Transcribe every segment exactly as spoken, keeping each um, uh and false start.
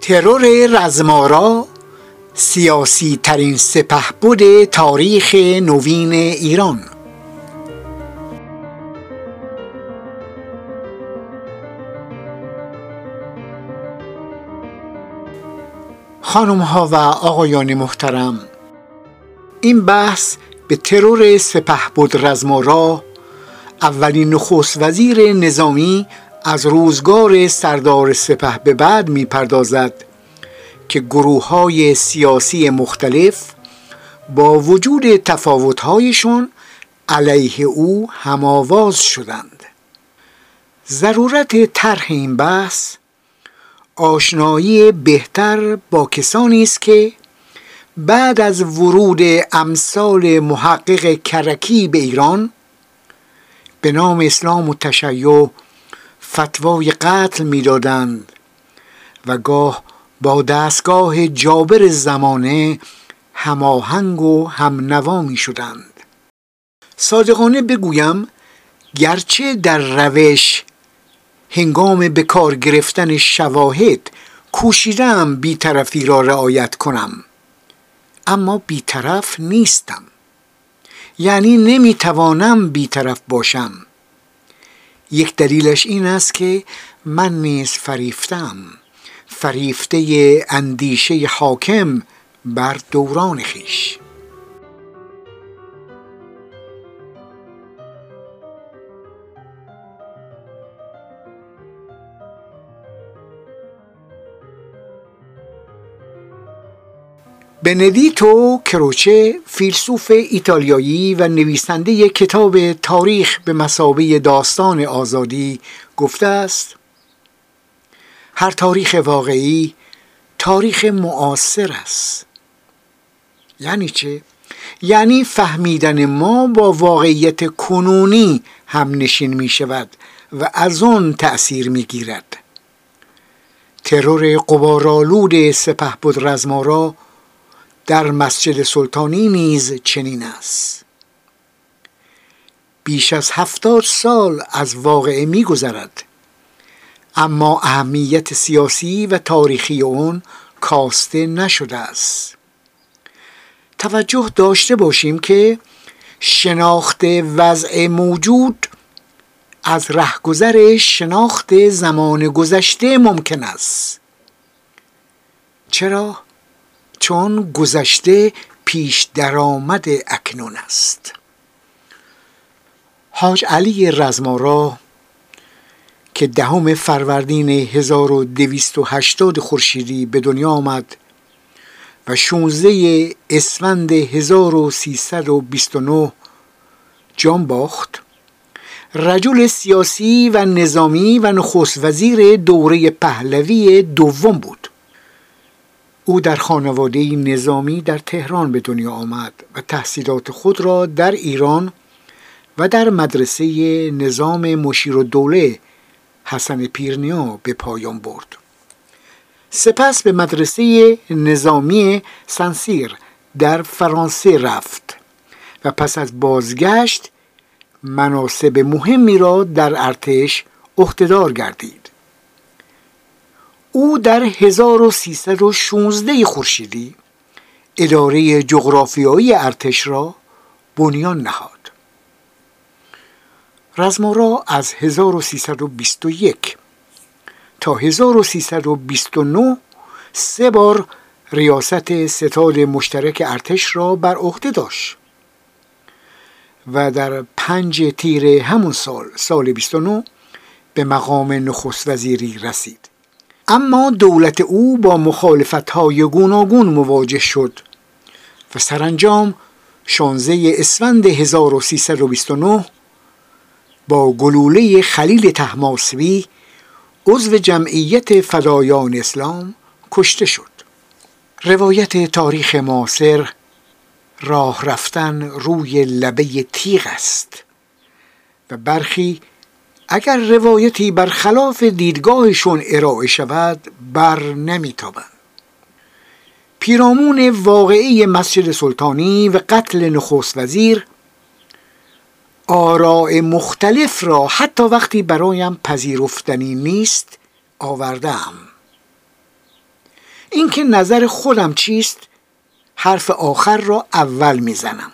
ترور رزمارا سیاسی ترین سپهبد تاریخ نوین ایران. خانم ها و آقایان محترم، این بحث به ترور سپهبد رزمارا، اولین نخست وزیر نظامی از روزگار سردار سپه به بعد می پردازد که گروه‌های سیاسی مختلف با وجود تفاوت‌هایشون علیه او هم‌آواز شدند. ضرورت طرح این بحث آشنایی بهتر با کسانی است که بعد از ورود امثال محقق کرکی به ایران به نام اسلام و تشیع فتوای قتل می‌دادند و گاه با دستگاه جابر زمانه هماهنگ و همنوا می‌شدند. صادقانه بگویم گرچه در روش هنگام به کار گرفتن شواهد کوشیدم بی‌طرفی را رعایت کنم، اما بی‌طرف نیستم، یعنی نمیتوانم بی‌طرف باشم. یک دلیلش این است که من نیز فریفتم، فریفته اندیشه حاکم بر دوران خویش. بندیتو کروچه، فیلسوف ایتالیایی و نویسنده کتاب تاریخ به مثابه داستان آزادی، گفته است: هر تاریخ واقعی تاریخ معاصر است. یعنی چه؟ یعنی فهمیدن ما با واقعیت کنونی هم نشین می شود و از آن تأثیر می گیرد. ترور غبارآلود سپهبد رزمارا در مسجد سلطانی نیز چنین است. بیش از هفتاد سال از واقعه می گذرد، اما اهمیت سیاسی و تاریخی آن کاسته نشده است. توجه داشته باشیم که شناخت وضع موجود از رهگذر شناخت زمان گذشته ممکن است. چرا؟ چون گذشته پیش درآمد اکنون است. حاج علی رزمارا که دهم فروردین هزار و دویست و هشتاد خورشیدی به دنیا آمد و شانزده اسفند هزار و سیصد و بیست و نه جان باخت، رجل سیاسی و نظامی و نخست وزیر دوره پهلوی دوم بود. او در خانواده نظامی در تهران به دنیا آمد و تحصیلات خود را در ایران و در مدرسه نظام مشیرالدوله حسن پیرنیا به پایان برد. سپس به مدرسه نظامی سنسیر در فرانسه رفت و پس از بازگشت مناصب مهمی را در ارتش عهده‌دار گردید. او در هزار و سیصد و شانزده خورشیدی اداره جغرافیایی ارتش را بنیان نهاد. رزمارا از هزار و سیصد و بیست و یک تا هزار و سیصد و بیست و نه سه بار ریاست ستاد مشترک ارتش را بر عهده داشت و در پنج تیر همون سال سال بیست و نه به مقام نخست وزیری رسید. اما دولت او با مخالفت‌های گوناگون مواجه شد و سرانجام شانزده اسفند هزار و سیصد و بیست و نه با گلوله خلیل طهماسبی عضو جمعیت فدایان اسلام کشته شد. روایت تاریخ معاصر راه رفتن روی لبه تیغ است و برخی اگر روایتی برخلاف دیدگاهشون ارائه شود بر نمیتابند. پیرامون واقعی مسجد سلطانی و قتل نخست وزیر آراء مختلف را حتی وقتی برایم پذیرفتنی نیست آوردم. اینکه نظر خودم چیست حرف آخر را اول میزنم.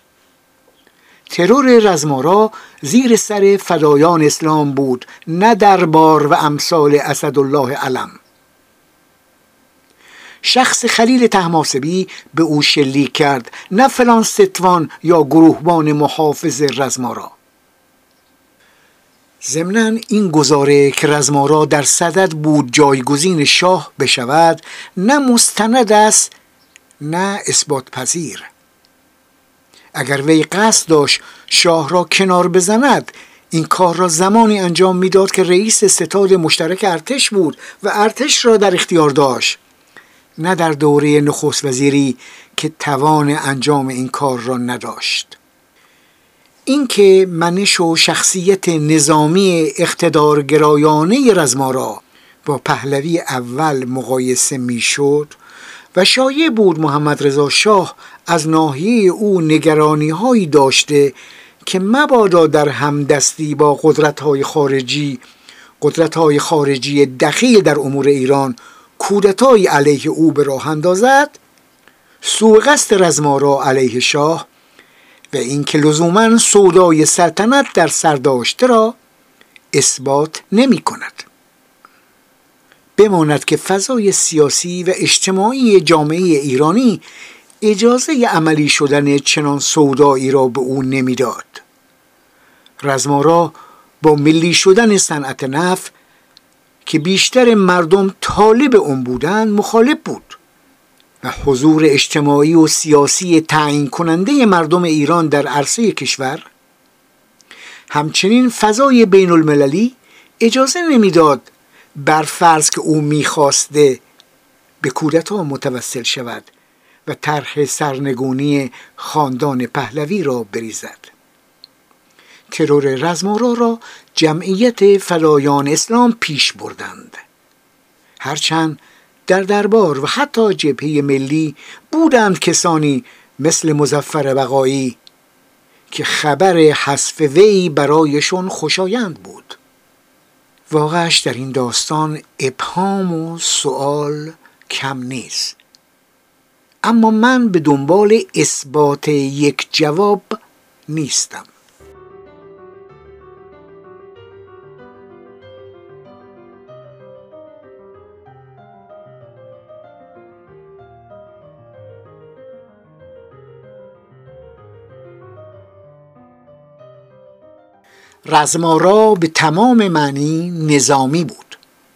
ترور رزمارا زیر سر فدایان اسلام بود، نه دربار و امثال اسدالله علم. شخص خلیل طهماسبی به او شلیک کرد، نه فلان ستوان یا گروهبان محافظ رزمارا. ضمناً این گزاره که رزمارا در صدد بود جایگزین شاه بشود نه مستند است نه اثبات پذیر. اگر وی قصد داشت شاه را کنار بزند، این کار را زمانی انجام میداد که رئیس ستاد مشترک ارتش بود و ارتش را در اختیار داشت، نه در دوره نخست وزیری که توان انجام این کار را نداشت. اینکه منش و شخصیت نظامی اقتدارگرایانه رزمارا با پهلوی اول مقایسه میشد و شایع بود محمد رضا شاه از ناحیه او نگرانی هایی داشته که مبادا در همدستی با قدرت‌های خارجی قدرت‌های خارجی دخیل در امور ایران کودتایی علیه او به راه اندازد، سوء قصد رزمارا علیه شاه و اینکه لزوماً سودای سلطنت در سر داشته را اثبات نمی کند. بماند که فضای سیاسی و اجتماعی جامعه ایرانی اجازه عملی شدن چنان سودایی را به او نمیداد. رزمارا با ملی شدن صنعت نفت که بیشتر مردم طالب اون بودند مخالف بود و حضور اجتماعی و سیاسی تعیین کننده مردم ایران در عرصه کشور، همچنین فضای بین المللی اجازه نمیداد بر فرض که او میخواسته به کودتا متوسل شود و طرح سرنگونی خاندان پهلوی را بریزد. ترور رزمارا را جمعیت فدایان اسلام پیش بردند، هرچند در دربار و حتی جبهه ملی بودند کسانی مثل مظفر بقایی که خبر حذف وی برایشون خوشایند بود. واقعش در این داستان ابهام و سوال کم نیست، اما من به دنبال اثبات یک جواب نیستم. رزمارا به تمام معنی نظامی بود.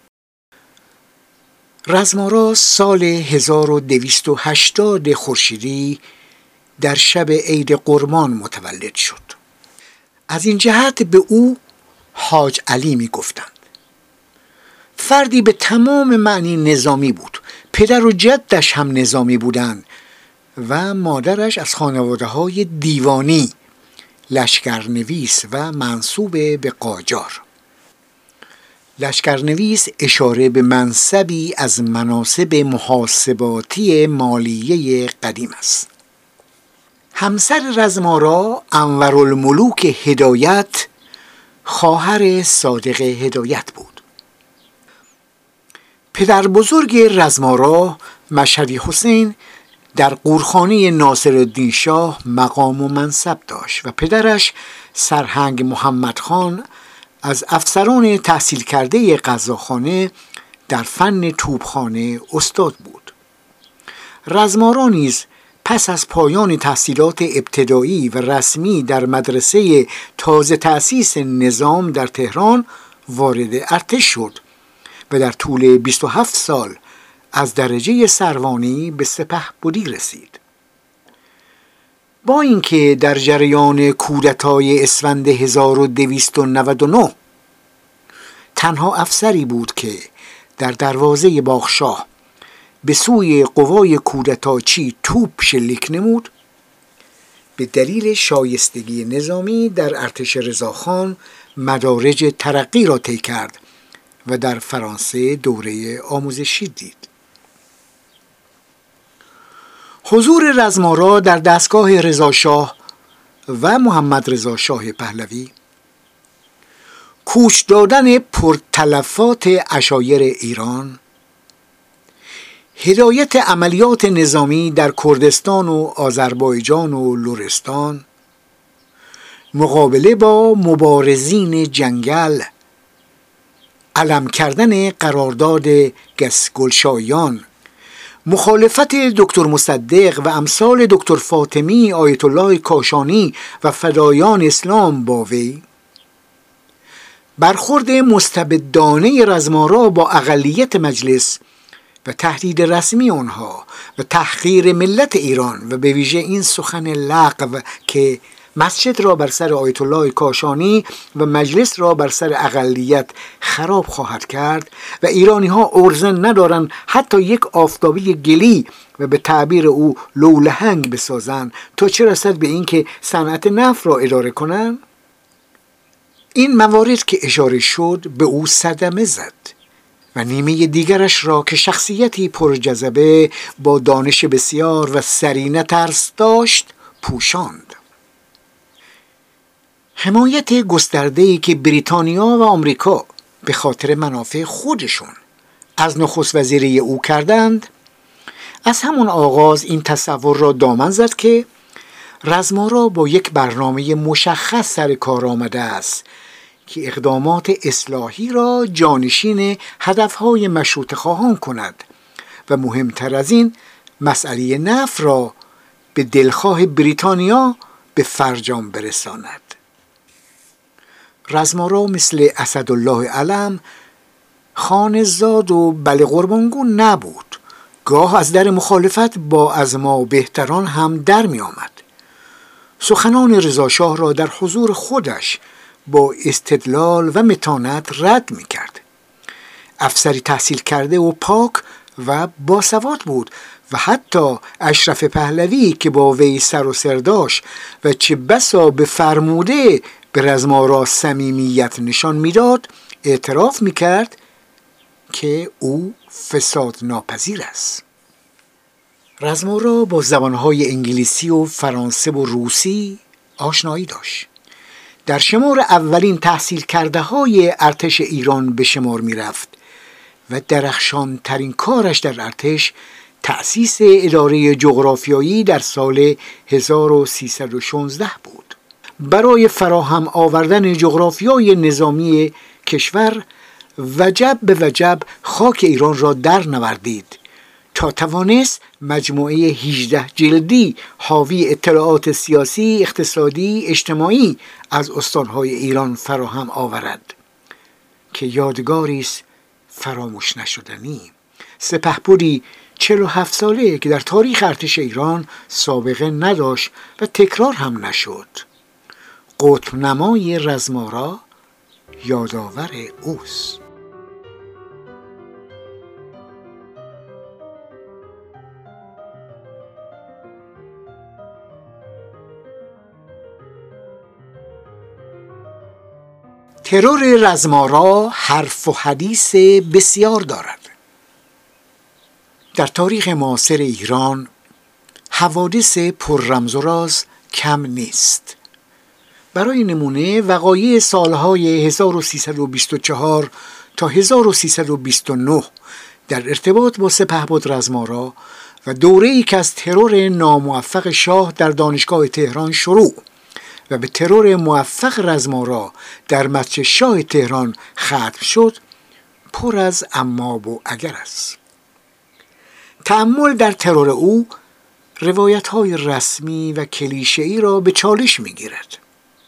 رزمارا سال هزار و دویست و هشتاد خورشیدی در شب عید قربان متولد شد. از این جهت به او حاج علی می گفتند. فردی به تمام معنی نظامی بود. پدر و جدش هم نظامی بودند و مادرش از خانواده های دیوانی، لشکرنویس و منسوب به قاجار. لشکرنویس اشاره به منصبی از مناصب محاسباتی مالیه قدیم است. همسر رزمارا انورالملوک هدایت خواهر صادق هدایت بود. پدر بزرگ رزمارا مشهدی حسین در قورخانه ناصرالدین شاه مقام و منصب داشت و پدرش سرهنگ محمد خان از افسران تحصیل کرده قزاخانه در فن توپخانه استاد بود. رزمارا نیز پس از پایان تحصیلات ابتدایی و رسمی در مدرسه تازه تأسیس نظام در تهران وارد ارتش شد و در طول بیست و هفت سال از درجه سروانی به سپهبدی رسید. با اینکه در جریان کودتای اسفند هزار و دویست و نود و نه تنها افسری بود که در دروازه باغشاه به سوی قوای کودتاچی توپ شلیک نمود، به دلیل شایستگی نظامی در ارتش رضاخان مدارج ترقی را طی کرد و در فرانسه دوره آموزشی دید. حضور رزمارا در دستگاه رضاشاه و محمد رضا شاه پهلوی، کوچ دادن پرتلفات عشایر ایران، هدایت عملیات نظامی در کردستان و آذربایجان و لرستان، مقابله با مبارزین جنگل، علم کردن قرارداد گسگلشایان، مخالفت دکتر مصدق و امثال دکتر فاطمی آیت الله کاشانی و فدایان اسلام با وی، برخورد مستبدانه رزمارا با اقلیت مجلس و تهدید رسمی آنها و تحقیر ملت ایران و به ویژه این سخن لغو که مسجد را بر سر آیت الله کاشانی و مجلس را بر سر اقلیت خراب خواهد کرد و ایرانی ها ارزن ندارن حتی یک آفتابی گلی و به تعبیر او لولهنگ بسازن تا چه رسد به این که صنعت نفت را اداره کنن. این موارد که اشاره شد به او صدمه زد و نیمه دیگرش را که شخصیتی پرجذبه با دانش بسیار و سرینه ترس داشت پوشاند. حمایت گسترده‌ای که بریتانیا و آمریکا به خاطر منافع خودشون از نخست وزیری او کردند، از همون آغاز این تصور را دامن زد که رزمارا با یک برنامه مشخص سر کار آمده است که اقدامات اصلاحی را جانشین هدفهای مشروطه خواهان کند و مهمتر از این مسئله نفت را به دلخواه بریتانیا به فرجام برساند. رزمارا مثل اسدالله علم خانه‌زاد و بله قربانگو نبود، گاه از در مخالفت با از ما بهتران هم در می آمد. سخنان رضاشاه را در حضور خودش با استدلال و متانت رد می کرد. افسری تحصیل کرده و پاک و باسواد بود و حتی اشرف پهلوی که با وی سر و سر داشت و چه بسا به فرموده به رزمارا صمیمیت نشان میداد اعتراف میکرد که او فساد ناپذیر است. رزمارا با زبانهای انگلیسی و فرانسه و روسی آشنایی داشت. در شمار اولین تحصیل کرده های ارتش ایران به شمار می رفت و درخشان ترین کارش در ارتش تأسیس اداره جغرافیایی در سال هزار و سیصد و شانزده بود. برای فراهم آوردن جغرافیای نظامی کشور وجب به وجب خاک ایران را در نوردید تا توانست مجموعه هجده جلدی حاوی اطلاعات سیاسی، اقتصادی، اجتماعی از استانهای ایران فراهم آورد که یادگاری است فراموش نشدنی. سپهبدی چهل و هفت ساله که در تاریخ ارتش ایران سابقه نداشت و تکرار هم نشد. قطب نمای رزمارا یادآور اوست. ترور رزمارا حرف و حدیث بسیار دارد. در تاریخ معاصر ایران حوادث پر رمز و راز کم نیست. برای نمونه وقایع سالهای هزار و سیصد و بیست و چهار تا هزار و سیصد و بیست و نه در ارتباط با سپهبد رزمارا و دوره‌ای که از ترور ناموفق شاه در دانشگاه تهران شروع و به ترور موفق رزمارا در مسجد شاه تهران ختم شد پر از اما و اگر است. تأمل در ترور او روایت‌های رسمی و کلیشه‌ای را به چالش می‌گیرد.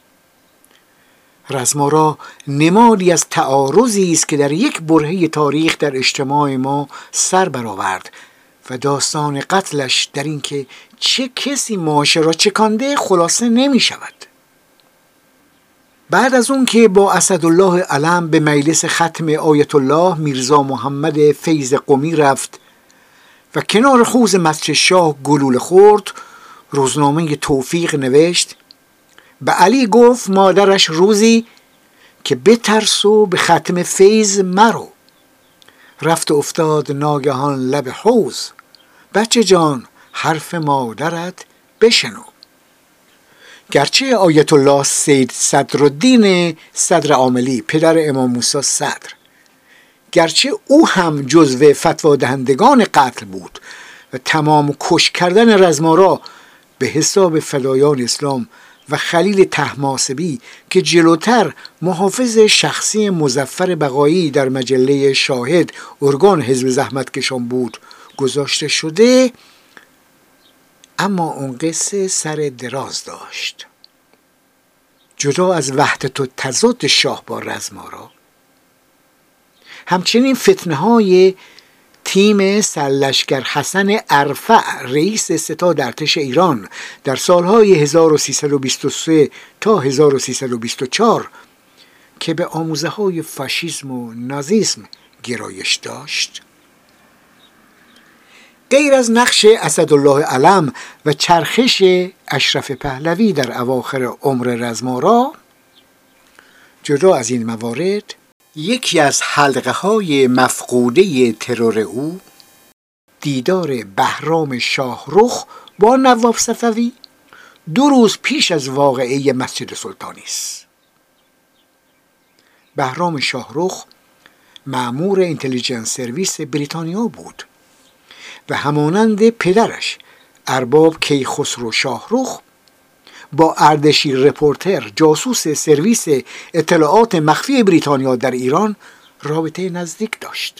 رزمارا نمادی از تعارضی است که در یک برهه تاریخ در اجتماع ما سر برآورد و داستان قتلش در این که چه کسی ماشه را چکانده خلاصه نمی شود. بعد از اون که با اسدالله علم به مجلس ختم آیت الله میرزا محمد فیض قمی رفت و کنار حوض مسجد شاه گلوله خورد، روزنامه توفیق نوشت به علی گفت مادرش روزی که بترس و به ختم فیض مرو. رفت افتاد ناگهان لب حوض، بچه جان حرف مادرت بشنو. گرچه آیت الله سید صدرالدین صدر عاملی پدر امام موسی صدر گرچه او هم جزو فتوا دهندگان قتل بود و تمام کش کردن رزمارا به حساب فدایان اسلام و خلیل طهماسبی که جلوتر محافظ شخصی مظفر بقایی در مجله شاهد ارگان حزب زحمتکشان بود گذاشته شده، اما اون قصه سر دراز داشت. جدا از وحدت و تضاد شاه با رزمارا، همچنین فتنه های تیم سرلشکر حسن ارفع رئیس ستاد ارتش ایران در سالهای هزار و سیصد و بیست و سه تا هزار و سیصد و بیست و چهار که به آموزه های فاشیسم و نازیسم گرایش داشت، غیر از نقش اسدالله علم و چرخش اشرف پهلوی در اواخر عمر رزمارا، جدا از این موارد یکی از حلقه های مفقوده ترور او دیدار بهرام شاهرخ با نواب صفوی دو روز پیش از واقعه مسجد سلطانی است. بهرام شاهرخ مأمور اینتلیجنس سرویس بریتانیا بود و همانند پدرش ارباب کیخسرو شاهرخ با اردشیر رپورتر جاسوس سرویس اطلاعات مخفی بریتانیا در ایران رابطه نزدیک داشت.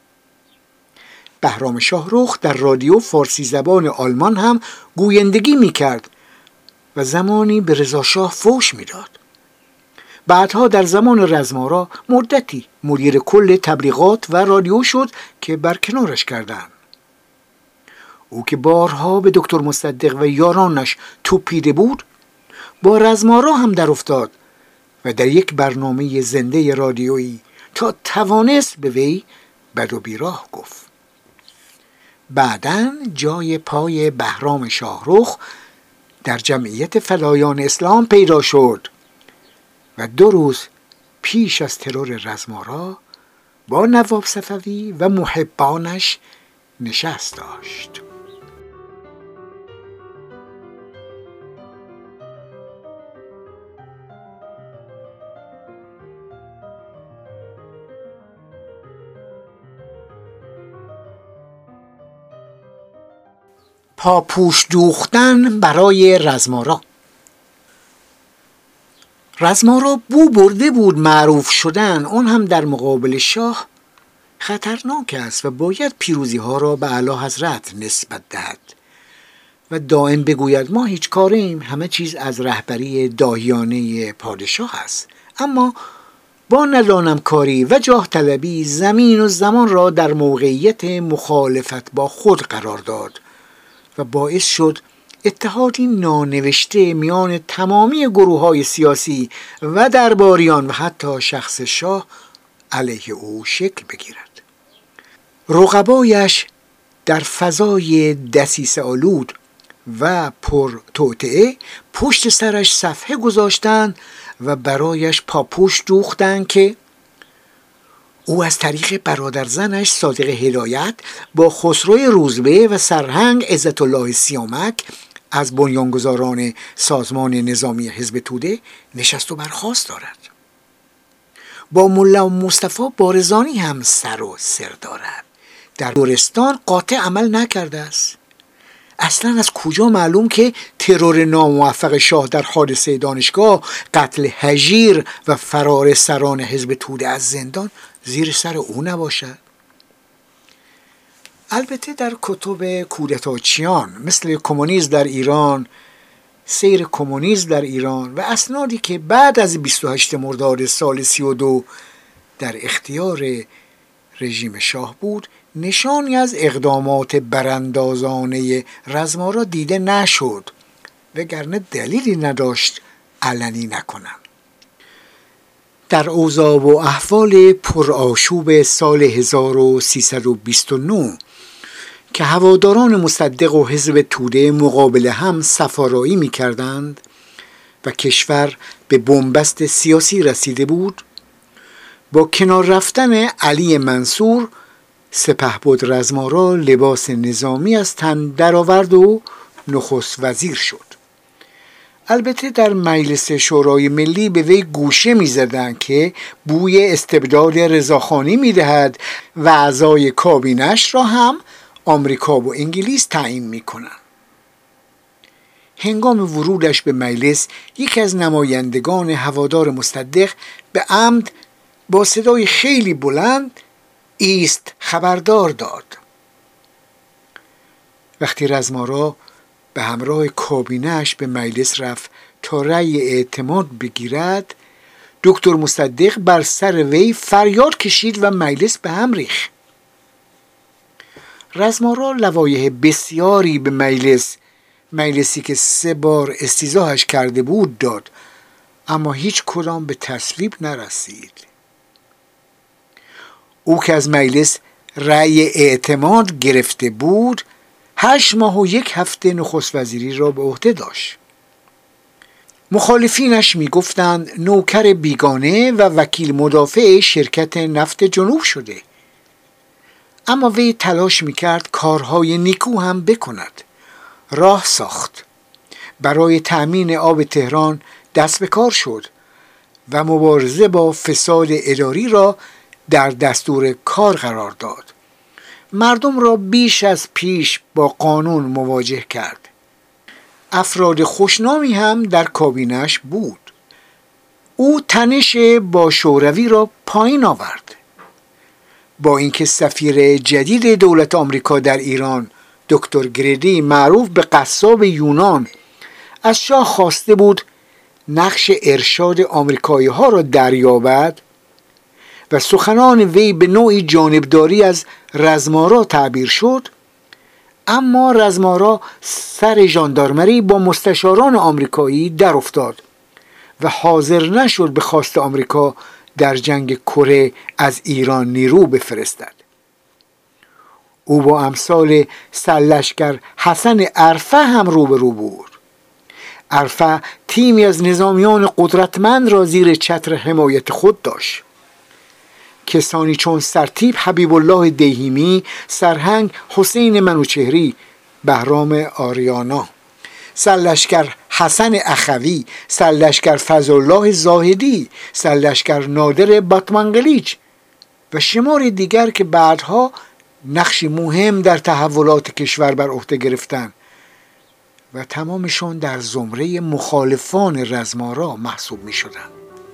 بهرام شاهرخ در رادیو فارسی زبان آلمان هم گویندگی میکرد و زمانی به رضا شاه فوش میداد. بعدها در زمان رزمارا مدتی مدیر کل تبلیغات و رادیو شد که برکنارش کردند. او که بارها به دکتر مصدق و یارانش توپیده بود، با رزمارا هم در افتاد و در یک برنامه زنده رادیویی تا توانست به وی بد و بیراه گفت. بعداً جای پای بهرام شاهرخ در جمعیت فدایان اسلام پیدا شد و دو روز پیش از ترور رزمارا با نواب صفوی و محبانش نشست داشت. پاپوش دوختن برای رزمارا. رزمارا بو برده بود معروف شدن، اون هم در مقابل شاه خطرناک است و باید پیروزی ها را به اعلی حضرت نسبت دهد و دائم بگوید ما هیچ کاریم، همه چیز از رهبری داهیانه پادشاه است. اما با ندانم کاری و جاه طلبی زمین و زمان را در موقعیت مخالفت با خود قرار داد و باعث شد اتحادی نانوشته میان تمامی گروه‌های سیاسی و درباریان و حتی شخص شاه علیه او شکل بگیرد. رقبایش در فضای دسیسه آلود و پر توطئه پشت سرش صفحه گذاشتند و برایش پاپوش دوختند که او از طریق برادرزنش صادق هدایت با خسرو روزبه و سرهنگ عزت الله سیامک از بنیانگذاران سازمان نظامی حزب توده نشست و برخاست دارد. با ملا مصطفی بارزانی هم سر و سر دارد. در گورستان قاطع عمل نکرده است. اصلا از کجا معلوم که ترور ناموفق شاه در حادثه دانشگاه، قتل هژیر و فرار سران حزب توده از زندان زیر سر او نباشد؟ البته در کتب کودتاچیان مثل کمونیسم در ایران، سیر کمونیسم در ایران و اسنادی که بعد از بیست و هشتم مرداد سال سی و دو در اختیار رژیم شاه بود، نشانی از اقدامات براندازانه رزمارا دیده نشد، وگرنه دلیلی نداشت علنی نکنند. در اوضاع و احوال پرآشوب سال هزار و سیصد و بیست و نه که هواداران مصدق و حزب توده مقابل هم صفارایی می کردند و کشور به بنبست سیاسی رسیده بود، با کنار رفتن علی منصور سپهبد رزمارا لباس نظامی از تن درآورد و نخست وزیر شد. البته در مجلس شورای ملی به وی گوشه می زدن که بوی استبداد رضاخانی می دهد و اعضای کابینش را هم آمریکا و انگلیس تعیین می کنند. هنگام ورودش به مجلس یکی از نمایندگان هوادار مصدق به عمد با صدای خیلی بلند ایست خبردار داد. وقتی رزمارا به همراه کابینه‌اش به مجلس رفت تا رأی اعتماد بگیرد، دکتر مصدق بر سر وی فریاد کشید و مجلس به هم ریخت. رزمارا لوایح بسیاری به مجلس مجلسی که سه بار استیضاحش کرده بود داد، اما هیچ کدام به تصویب نرسید. او که از مجلس رأی اعتماد گرفته بود هشت ماه و یک هفته نخست وزیری را به عهده داشت. مخالفینش می گفتند نوکر بیگانه و وکیل مدافع شرکت نفت جنوب شده، اما وی تلاش می کرد کارهای نیکو هم بکند. راه ساخت، برای تأمین آب تهران دست به کار شد و مبارزه با فساد اداری را در دستور کار قرار داد. مردم را بیش از پیش با قانون مواجه کرد. افراد خوشنامی هم در کابینش بود. او تنش با شوروی را پایین آورد. با اینکه سفیر جدید دولت آمریکا در ایران دکتر گریدی معروف به قصاب یونان از شاه خواسته بود نقش ارشاد آمریکایی ها را دریابد و سخنان وی به نوعی جانبداری از رزمارا تعبیر شد، اما رزمارا سر ژاندارمری با مستشاران آمریکایی در افتاد و حاضر نشد به خواست آمریکا در جنگ کره از ایران نیرو بفرستد. او با امثال سرلشکر حسن عرفه هم روبرو بود. عرفه تیمی از نظامیان قدرتمند را زیر چتر حمایت خود داشت. کسانی چون سرتیپ حبیب الله دیهیمی، سرهنگ حسین منوچهری، بهرام آریانا، سرلشکر حسن اخوی، سرلشکر فضلالله زاهدی، سرلشکر نادر باتمنگلیج و شمار دیگر که بعدها نقشی مهم در تحولات کشور بر عهده گرفتند و تمامشان در زمره مخالفان رزمارا محسوب می شدند.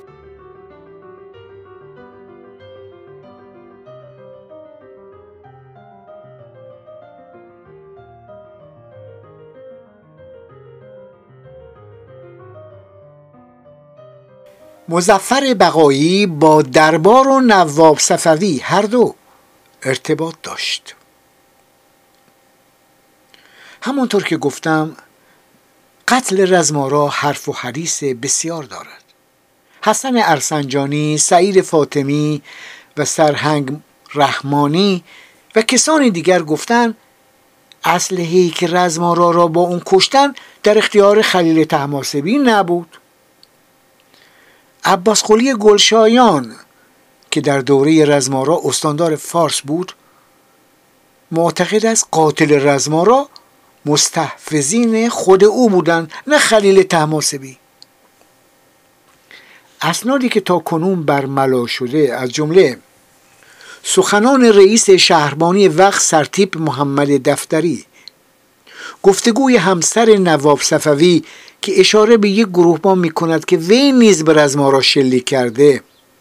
مظفر بقایی با دربار و نواب صفوی هر دو ارتباط داشت. همانطور که گفتم قتل رزمارا حرف و حدیث بسیار دارد. حسن ارسنجانی، سعید فاطمی و سرهنگ رحمانی و کسان دیگر گفتند اسلحه‌ای که رزمارا را با اون کشتن در اختیار خلیل طهماسبی نبود. عباس قلی گلشایان که در دوره رزمارا استاندار فارس بود معتقد است قاتل رزمارا مستحفظین خود او بودند، نه خلیل طهماسبی. اسنادی که تا کنون برملا شده از جمله سخنان رئیس شهربانی وقت سرتیپ محمد دفتری، گفتگوی همسر نواب صفوی که اشاره به یک گروهبان می کند که وی نیز به رزمارا شلیک کرده،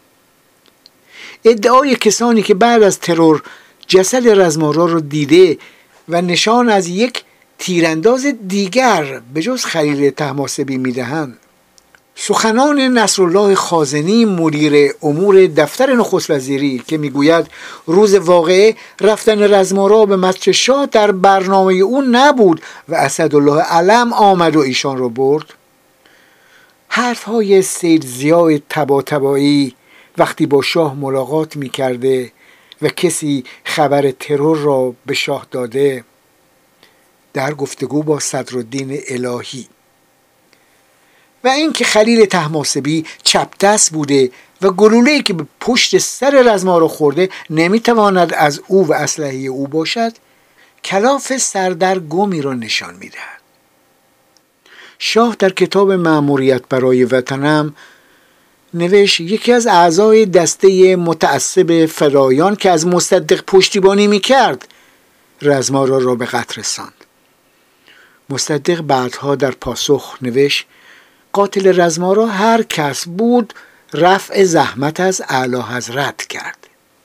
ادعای کسانی که بعد از ترور جسد رزمارا را دیده و نشان از یک تیرانداز دیگر به جز خلیل طهماسبی می دهند، سخنان نصرالله خازنی مدیر امور دفتر نخست وزیری که میگوید روز واقعه رفتن رزمارا به مسجد شاه در برنامه او نبود و اسدالله علم آمد و ایشان را برد، حرفهای سید ضیاء طباطبایی وقتی با شاه ملاقات میکرده و کسی خبر ترور را به شاه داده، در گفتگو با صدرالدین الهی، و اینکه خلیل طهماسبی چپ دست بوده و گلوله‌ای که به پشت سر رزمارا خورده نمیتواند از او و اسلحه او باشد، کلاف سردرگمی را نشان میدهد. شاه در کتاب مأموریت برای وطنم نوشت یکی از اعضای دسته متعصب فدایان که از مصدق پشتیبانی میکرد رزمارا را به قتل رساند. مصدق بعدها در پاسخ نوشت قاتل رزمارا هر کس بود رفع زحمت از اعلی حضرت کرد.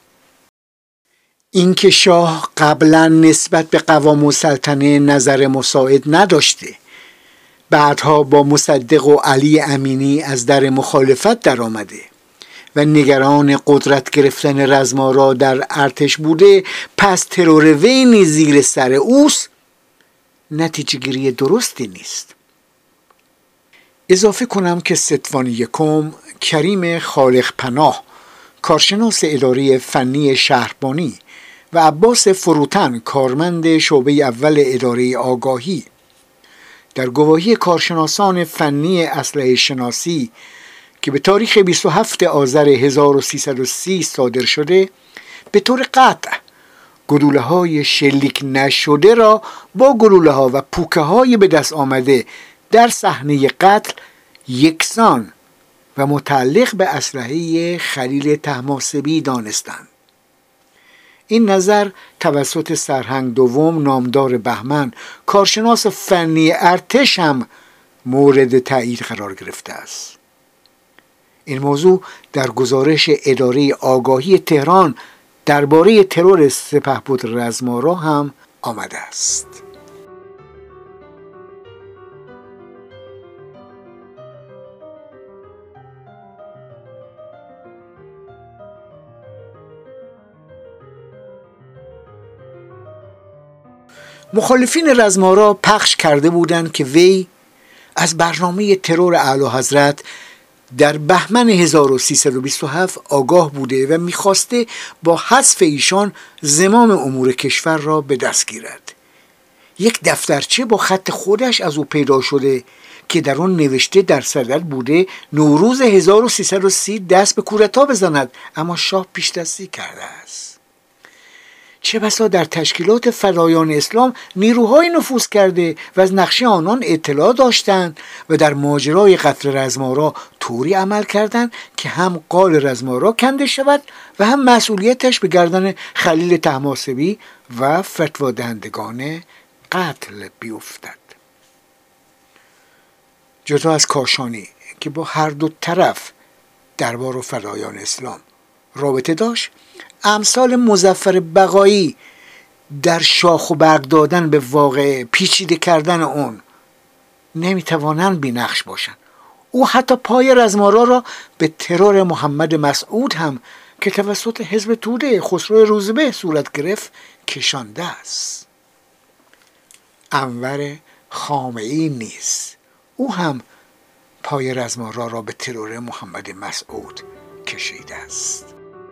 اینکه شاه قبلا نسبت به قوام السلطنه نظر مساعد نداشته، بعدها با مصدق و علی امینی از در مخالفت در آمده و نگران قدرت گرفتن رزمارا در ارتش بوده، پس ترور وی نیز زیر سر اوست، نتیجه گیری درستی نیست. اضافه کنم که ستوان یکم کریم خالق پناه کارشناس اداره فنی شهربانی و عباس فروتن کارمند شعبه اول اداره آگاهی در گواهی کارشناسان فنی اسلحه شناسی که به تاریخ بیست و هفتم آذر هزار و سیصد و سی صادر شده به طور قطع گلوله های شلیک نشده را با گلوله ها و پوکه های به دست آمده در صحنه قتل یکسان و متعلق به اسلحه خلیل طهماسبی دانستند. این نظر توسط سرهنگ دوم نامدار بهمن کارشناس فنی ارتش هم مورد تایید قرار گرفته است. این موضوع در گزارش اداره آگاهی تهران درباره ترور سپهبد رزمارا هم آمده است. مخالفین رزمارا پخش کرده بودند که وی از برنامه ترور اعلی حضرت در بهمن هزار و سیصد و بیست و هفت آگاه بوده و میخواسته با حذف ایشان زمام امور کشور را به دست گیرد. یک دفترچه با خط خودش از او پیدا شده که در آن نوشته در صدد بوده نوروز هزار و سیصد و سی دست به کودتا بزند، اما شاه پیش دستی کرده است. چه بسا در تشکیلات فدایان اسلام نیروهای نفوذ کرده و از نقشه آنان اطلاع داشتند و در ماجرای قتل رزمارا طوری عمل کردند که هم قال رزمارا کنده شود و هم مسئولیتش به گردن خلیل طهماسبی و فتوا دهندگان قتل بیفتد. جدا از کاشانی که با هر دو طرف دربار و فدایان اسلام رابطه داشت، امثال مظفر بقایی در شاخ و برگ دادن به واقع پیچیده کردن اون نمیتوانند بی‌نقش باشند. او حتی پای رزمارا را به ترور محمد مسعود هم که توسط حزب توده خسرو روزبه صورت گرفت کشانده است. انور خامعی نیز او هم پای رزمارا را به ترور محمد مسعود کشیده است.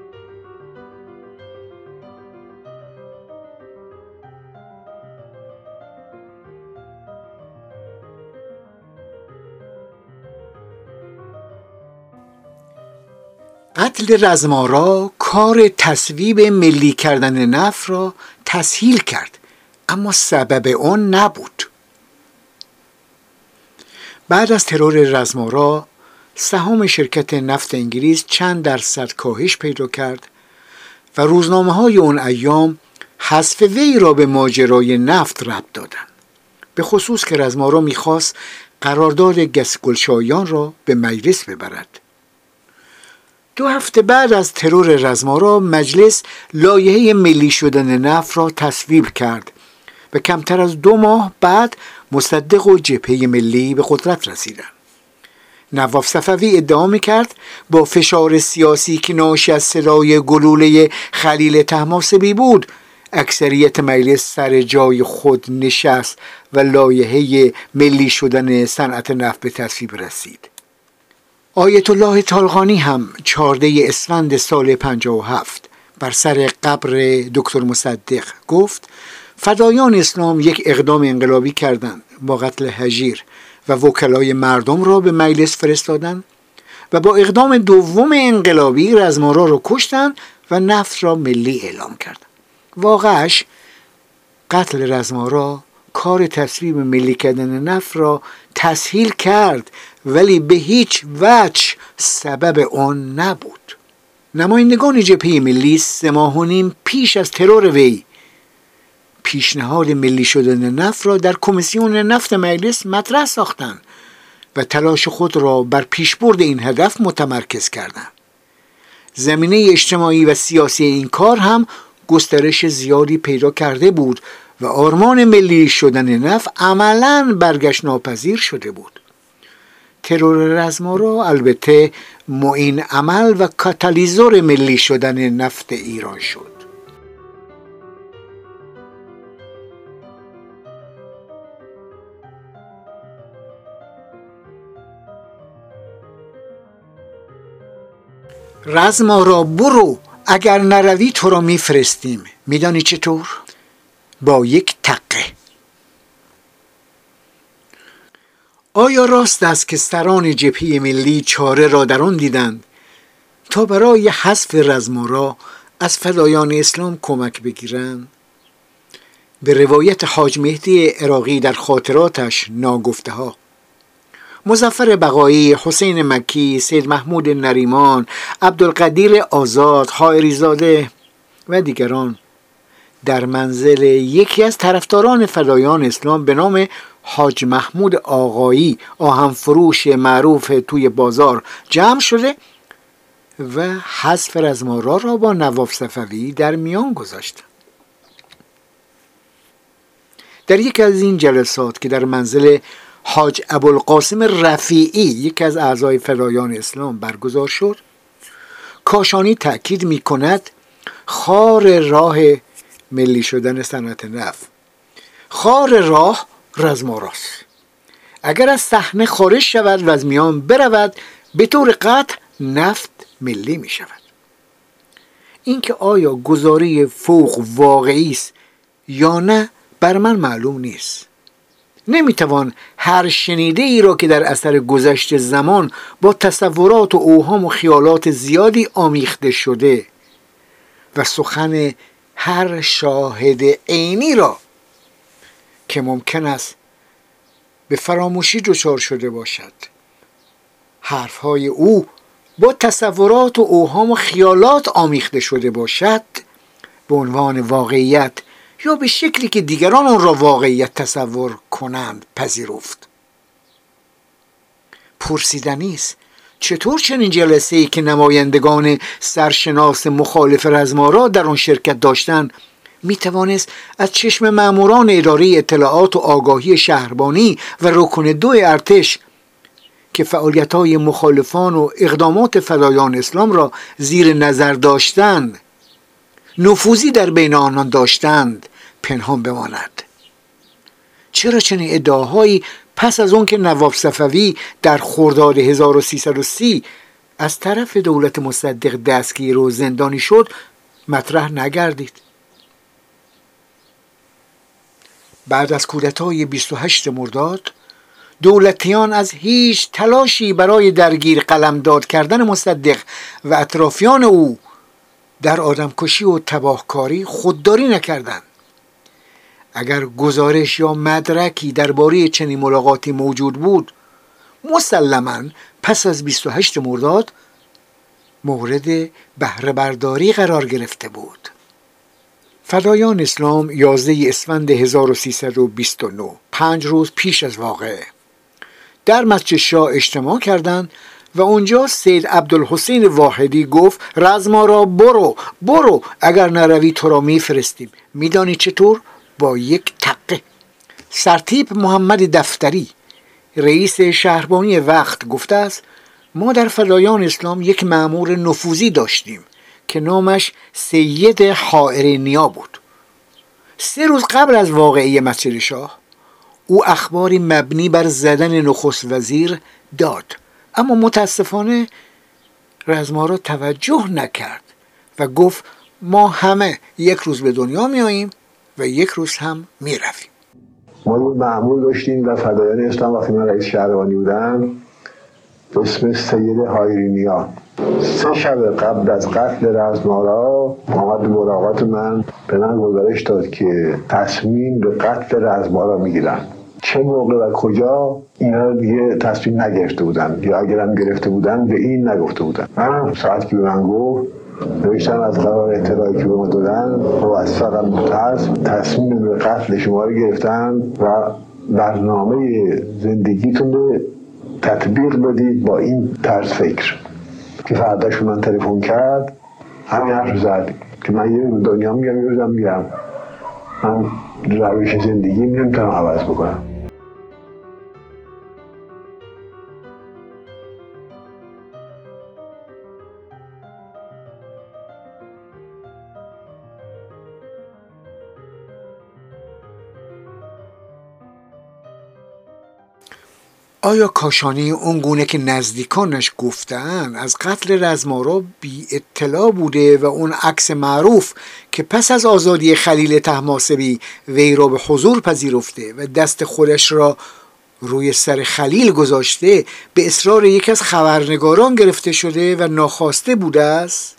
قتل رزمارا کار تصویب ملی کردن نفت را تسهیل کرد، اما سبب آن نبود. بعد از ترور رزمارا سهام شرکت نفت انگلیس چند درصد کاهش پیدا کرد و روزنامه های اون ایام حذف وی را به ماجرای نفت ربط دادند، به خصوص که رزمارا میخواست قرارداد گسگلشایان را به مجلس ببرد. دو هفته بعد از ترور رزمارا مجلس لایحه ملی شدن نفت را تصویب کرد و کمتر از دو ماه بعد مصدق و جبهه ملی به قدرت رسیدند. نواف صفوی ادعا می‌کرد با فشار سیاسی که ناشی از صدای گلوله خلیل طهماسبی بود، اکثریت مجلس سر جای خود نشست و لایحه ملی شدن صنعت نفت به تصویب رسید. آیت الله طالقانی هم چهاردهم اسفند سال پنجاه و هفت بر سر قبر دکتر مصدق گفت فدایان اسلام یک اقدام انقلابی کردند، با قتل هژیر و وکلای مردم را به مجلس فرستادند و با اقدام دوم انقلابی رزمارا را کشتند و نفت را ملی اعلام کردند. واقعش قتل رزمارا کار تصویب ملی کردن نفت را تسهیل کرد ولی به هیچ وجه سبب آن نبود. نمایندگان جبهه ملی سه ماه و نیم پیش از ترور وی پیشنهاد ملی شدن نفت را در کمیسیون نفت مجلس مطرح ساختند و تلاش خود را بر پیشبرد این هدف متمرکز کردند. زمینه اجتماعی و سیاسی این کار هم گسترش زیادی پیدا کرده بود و آرمان ملی شدن نفت عملاً برگشت ناپذیر شده بود. ترور رزمارا البته معین عمل و کاتالیزور ملی شدن نفت ایران شد. رزمارا برو، اگر نروی تو را میفرستیم. میدانی چطور؟ با یک تقه. آیا راست است که سران جبهه ملی چاره را در آن دیدند تا برای حذف رزمارا از فدایان اسلام کمک بگیرند؟ به روایت حاج مهدی عراقی در خاطراتش ناگفته ها، مظفر بقایی، حسین مکی، سید محمود نریمان، عبدالقدیر آزاد، حائری زاده و دیگران در منزل یکی از طرفداران فدایان اسلام به نام حاج محمود آقایی، آهن فروش معروف توی بازار، جمع شده و حذف رزمارا را با نواب صفوی در میان گذاشتند. در یک از این جلسات که در منزل حاج ابوالقاسم رفیعی یک از اعضای فدایان اسلام برگزار شد، کاشانی تأکید می کند خار راه ملی شدن صنعت نفت، خار راه رزماراست. اگر از صحنه خارج شود و از میان برود به طور قطع نفت ملی می شود. اینکه آیا گزاره فوق واقعی است یا نه بر من معلوم نیست. نمیتوان هر شنیده ای را که در اثر گذشت زمان با تصورات و اوهام و خیالات زیادی آمیخته شده و سخن هر شاهد عینی را که ممکن است به فراموشی دچار شده باشد، حرفهای او با تصورات و اوهام و خیالات آمیخته شده باشد، به عنوان واقعیت یا به شکلی که دیگران آن را واقعیت تصور کنند پذیرفت. پرسیدنی است چطور چنین جلسه‌ای که نمایندگان سرشناس مخالف رزمارا در آن شرکت داشتند میتوانست از چشم ماموران اداره اطلاعات و آگاهی شهربانی و رکن دو ارتش که فعالیت‌های مخالفان و اقدامات فدایان اسلام را زیر نظر داشتند، نفوذی در بین آنان داشتند، پنهان بماند؟ چرا چنین ادعاهایی پس از اون که نواب صفوی در خرداد هزار و سیصد و سی از طرف دولت مصدق دستگیر و زندانی شد مطرح نگردید؟ بعد از کودتای بیست و هشتم مرداد دولتیان از هیچ تلاشی برای درگیر قلمداد کردن مصدق و اطرافیان او در آدمکشی و تباهکاری خودداری نکردند. اگر گزارش یا مدرکی درباره چنین ملاقاتی موجود بود، مسلماً پس از بیست و هشتم مرداد مورد بهره برداری قرار گرفته بود. فدایان اسلام یازده اسفند هزار و سیصد و بیست و نه، پنج روز پیش از واقعه، در مسجد شاه اجتماع کردند و اونجا سید عبدالحسین واحدی گفت رزمارا برو برو، اگر نروی تو را میفرستیم. میدانی چطور؟ با یک تقه. سرتیپ محمد دفتری رئیس شهربانی وقت گفته است ما در فدایان اسلام یک مأمور نفوذی داشتیم که نامش سید حائری نیا بود. سه روز قبل از واقعه مسجد شاه او اخباری مبنی بر زدن نخست وزیر داد، اما متاسفانه رزمارا توجه نکرد و گفت ما همه یک روز به دنیا می آییم و یک روز هم می رویم. ما یک مأمور داشتیم در فدایان اسلام وقتی من رئیس شهربانی بودم به اسم سید حائری نیا. سه شب قبل از قتل رزمارا آمد به ملاقات من، به من گزارش داد که تصمیم به قتل رزمارا میگیرن. چه موقع و کجا اینا دیگه تصمیم نگرفته بودن، یا اگر هم گرفته بودن به این نگفته بودن. من ساعت که به من گفت نوشتم از قرار اطلاعی که به ما دادن موثقا متأسف تصمیم به قتل شما رو گرفتن و برنامه زندگیتون رو تطبیق بدید با این طرز فکر. که فرداش من تلفن کرد همین حرف زد که من یه دنیا میگم یه روزم میگم من روش زندگی نمیتونم عوض بکنم. آیا کاشانی اونگونه که نزدیکانش گفتن از قتل رزمارا بی اطلاع بوده و اون عکس معروف که پس از آزادی خلیل طهماسبی وی را به حضور پذیرفته و دست خودش را روی سر خلیل گذاشته به اصرار یک از خبرنگاران گرفته شده و ناخواسته بوده است؟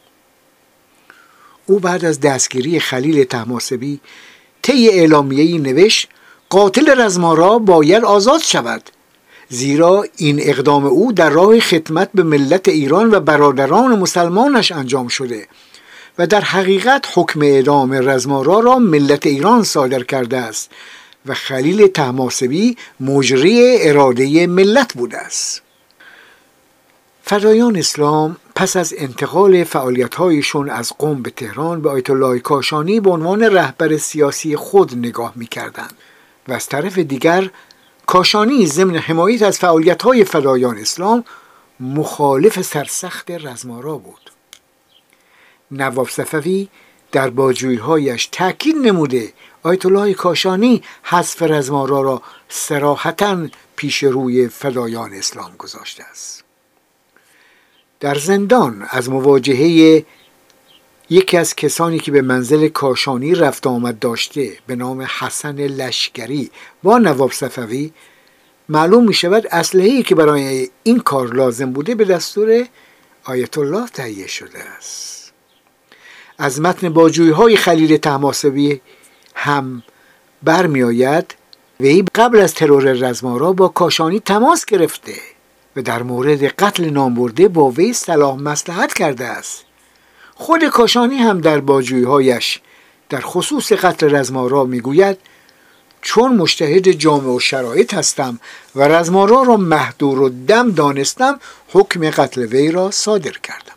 او بعد از دستگیری خلیل طهماسبی طی اعلامیه‌ای نوشت قاتل رزمارا باید آزاد شود، زیرا این اقدام او در راه خدمت به ملت ایران و برادران مسلمانش انجام شده و در حقیقت حکم اعدام رزمارا را ملت ایران صادر کرده است و خلیل طهماسبی مجری اراده ملت بوده است. فدایان اسلام پس از انتقال فعالیت‌هایشون از قم به تهران به آیت الله کاشانی به عنوان رهبر سیاسی خود نگاه می‌کردند و از طرف دیگر کاشانی ضمن حمایت از فعالیت‌های فدایان اسلام مخالف سرسخت رزمارا بود. نواب صفوی در باجویی‌هایش تأکید نموده آیت الله کاشانی حذف رزمارا را صراحتاً پیش روی فدایان اسلام گذاشته است. در زندان از مواجهه یکی از کسانی که به منزل کاشانی رفت آمد داشته به نام حسن لشکری با نواب صفوی معلوم می شود اسلحه‌ای که برای این کار لازم بوده به دستور آیت الله تهیه شده است. از متن باجویی‌های خلیل طهماسبی هم برمی آید وی قبل از ترور رزمارا با کاشانی تماس گرفته و در مورد قتل نامبرده با وی صلاح مصلحت کرده است. خود کاشانی هم در باجویی‌هایش در خصوص قتل رزمارا میگوید چون مجتهد جامع و شرایط هستم و رزمارا را مهدور و دم دانستم حکم قتل وی را صادر کردم.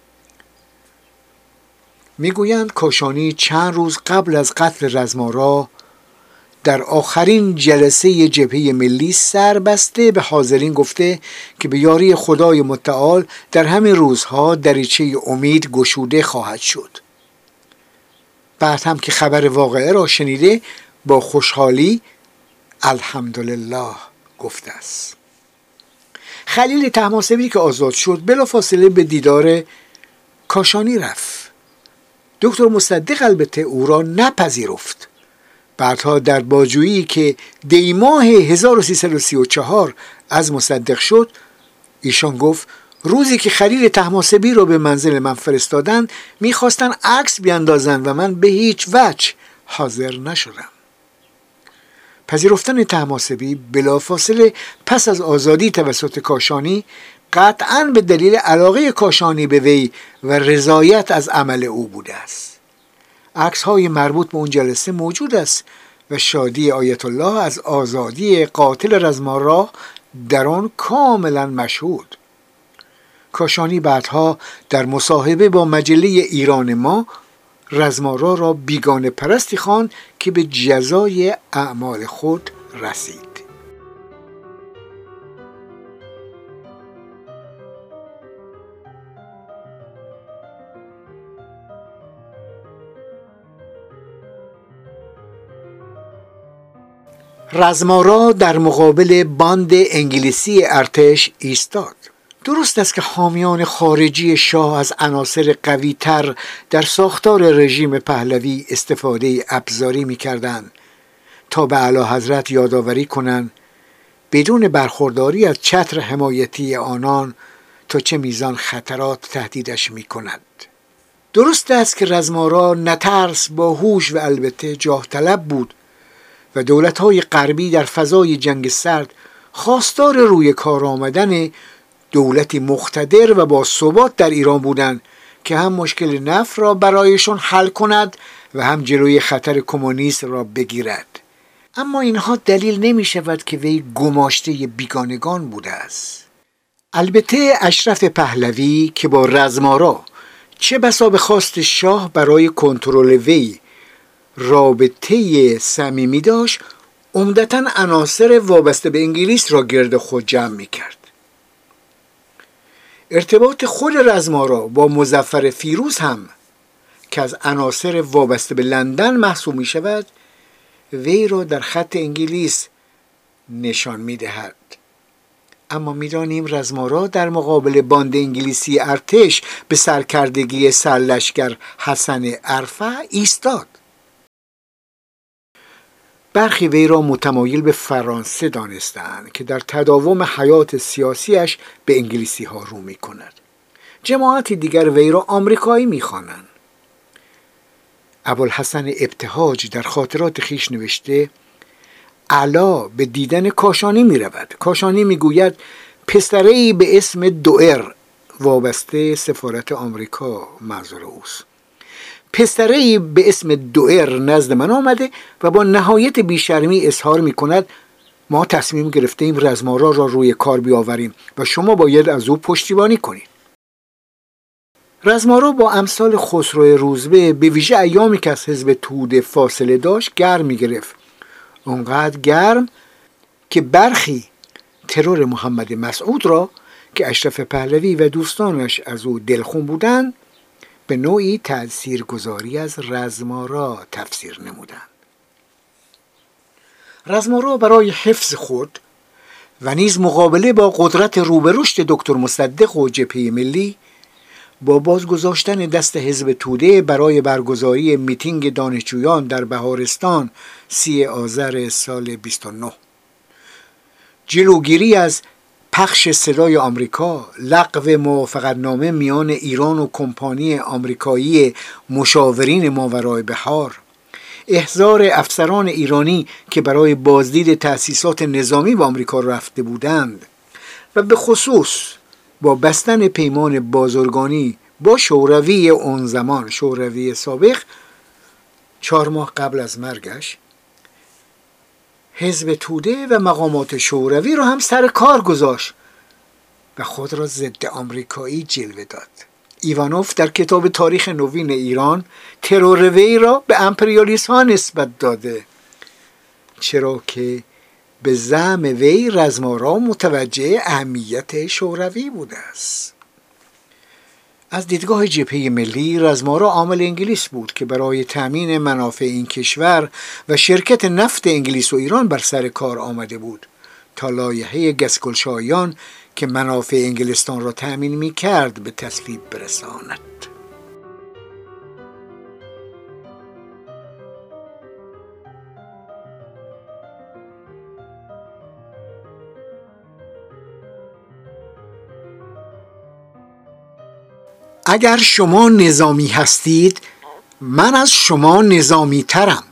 میگویند کاشانی چند روز قبل از قتل رزمارا در آخرین جلسه جبهه ملی سر بسته به حاضرین گفته که به یاری خدای متعال در همین روزها دریچه امید گشوده خواهد شد. بعد هم که خبر واقعه را شنیده با خوشحالی الحمدلله گفته است. خلیل طهماسبی که آزاد شد بلافاصله به دیدار کاشانی رفت. دکتر مصدق البته او را نپذیرفت. بعدها در باجویی که دی ماه هزار و سیصد و سی و چهار از مصدق شد ایشان گفت روزی که خلیل طهماسبی را به منزل من فرستادن میخواستن عکس بیاندازن و من به هیچ وجه حاضر نشدم. پذیرفتن طهماسبی بلافاصله پس از آزادی توسط کاشانی قطعاً به دلیل علاقه کاشانی به وی و رضایت از عمل او بوده است. عکس های مربوط به اون جلسه موجود است و شادی آیت الله از آزادی قاتل رزمارا در آن کاملا مشهود. کاشانی بعدها در مصاحبه با مجله ایران ما رزمارا را بیگانه پرستی خواند که به جزای اعمال خود رسید. رزمارا در مقابل باند انگلیسی ارتش ایستاد. درست است که حامیان خارجی شاه از عناصر قوی تر در ساختار رژیم پهلوی استفاده ابزاری می کردن تا به اعلیحضرت یادآوری کنند بدون برخورداری از چتر حمایتی آنان تا چه میزان خطرات تهدیدش می کند. درست است که رزمارا نه ترس با هوش و البته جاه طلب بود و دولت‌های غربی در فضای جنگ سرد خواستار روی کار آمدن دولتی مقتدر و با ثبات در ایران بودند که هم مشکل نفت را برایشان حل کند و هم جلوی خطر کمونیسم را بگیرد. اما اینها دلیل نمی شود که وی گماشته بیگانگان بوده است. البته اشرف پهلوی که با رزمارا چه بسا به خواست شاه برای کنترل وی رابطه صمیمی داشت، عمدتاً عناصر وابسته به انگلیس را گرد خود جمع می کرد. ارتباط خود رزمارا با مظفر فیروز هم که از عناصر وابسته به لندن محسوب می شود، وی را در خط انگلیس نشان می دهد. اما می دانیم رزمارا در مقابل باند انگلیسی ارتش به سرکردگی سرلشکر حسن ارفع ایستاد. برخی وی را متمایل به فرانسه دانستند که در تداوم حیات سیاسیش به انگلیسی ها رو می کند. جماعتی دیگر وی را آمریکایی می خوانند. ابوالحسن ابتهاج در خاطرات خیش نوشته علا به دیدن کاشانی می رود. کاشانی می گوید پسره‌ای به اسم دوئر وابسته سفارت آمریکا منظور اوست. پسره‌ای به اسم دوئر نزد من آمده و با نهایت بیشرمی اظهار می کند ما تصمیم گرفتیم رزمارا را روی کار بیاوریم و شما باید از او پشتیبانی کنید. رزمارا با امثال خسرو روزبه به ویژه ایامی که از حزب توده فاصله داشت گرم می گرفت. اونقدر گرم که برخی ترور محمد مسعود را که اشرف پهلوی و دوستانش از او دلخون بودند به نوعی تأثیرگذاری از رزمارا تفسیر نمودند. رزمارا برای حفظ خود و نیز مقابله با قدرت روبرشت دکتر مصدق و جبهه ملی با بازگذاشتن دست حزب توده برای برگزاری میتینگ دانشجویان در بهارستان سی آذر سال بیست و نه، جلوگیری از پخش صدای آمریکا، لغو موافقتنامه میان ایران و کمپانی آمریکایی مشاورین ماورای بحار، احضار افسران ایرانی که برای بازدید تأسیسات نظامی به آمریکا رفته بودند و به خصوص با بستن پیمان بازرگانی با شوروی اون زمان، شوروی سابق، چهار ماه قبل از مرگش حزب توده و مقامات شوروی را هم سر کار گذاشت و خود را ضد آمریکایی جلوه داد. ایوانوف در کتاب تاریخ نوین ایران ترور وی را به امپریالیسم ها نسبت داده، چرا که به زعم وی رزمارا متوجه اهمیت شوروی بوده است. از دیدگاه جبهه ملی رزمارا عامل انگلیس بود که برای تأمین منافع این کشور و شرکت نفت انگلیس و ایران بر سر کار آمده بود تا لایحه گسکلشایان که منافع انگلستان را تأمین می کرد به تصویب برساند. اگر شما نظامی هستید من از شما نظامی ترم.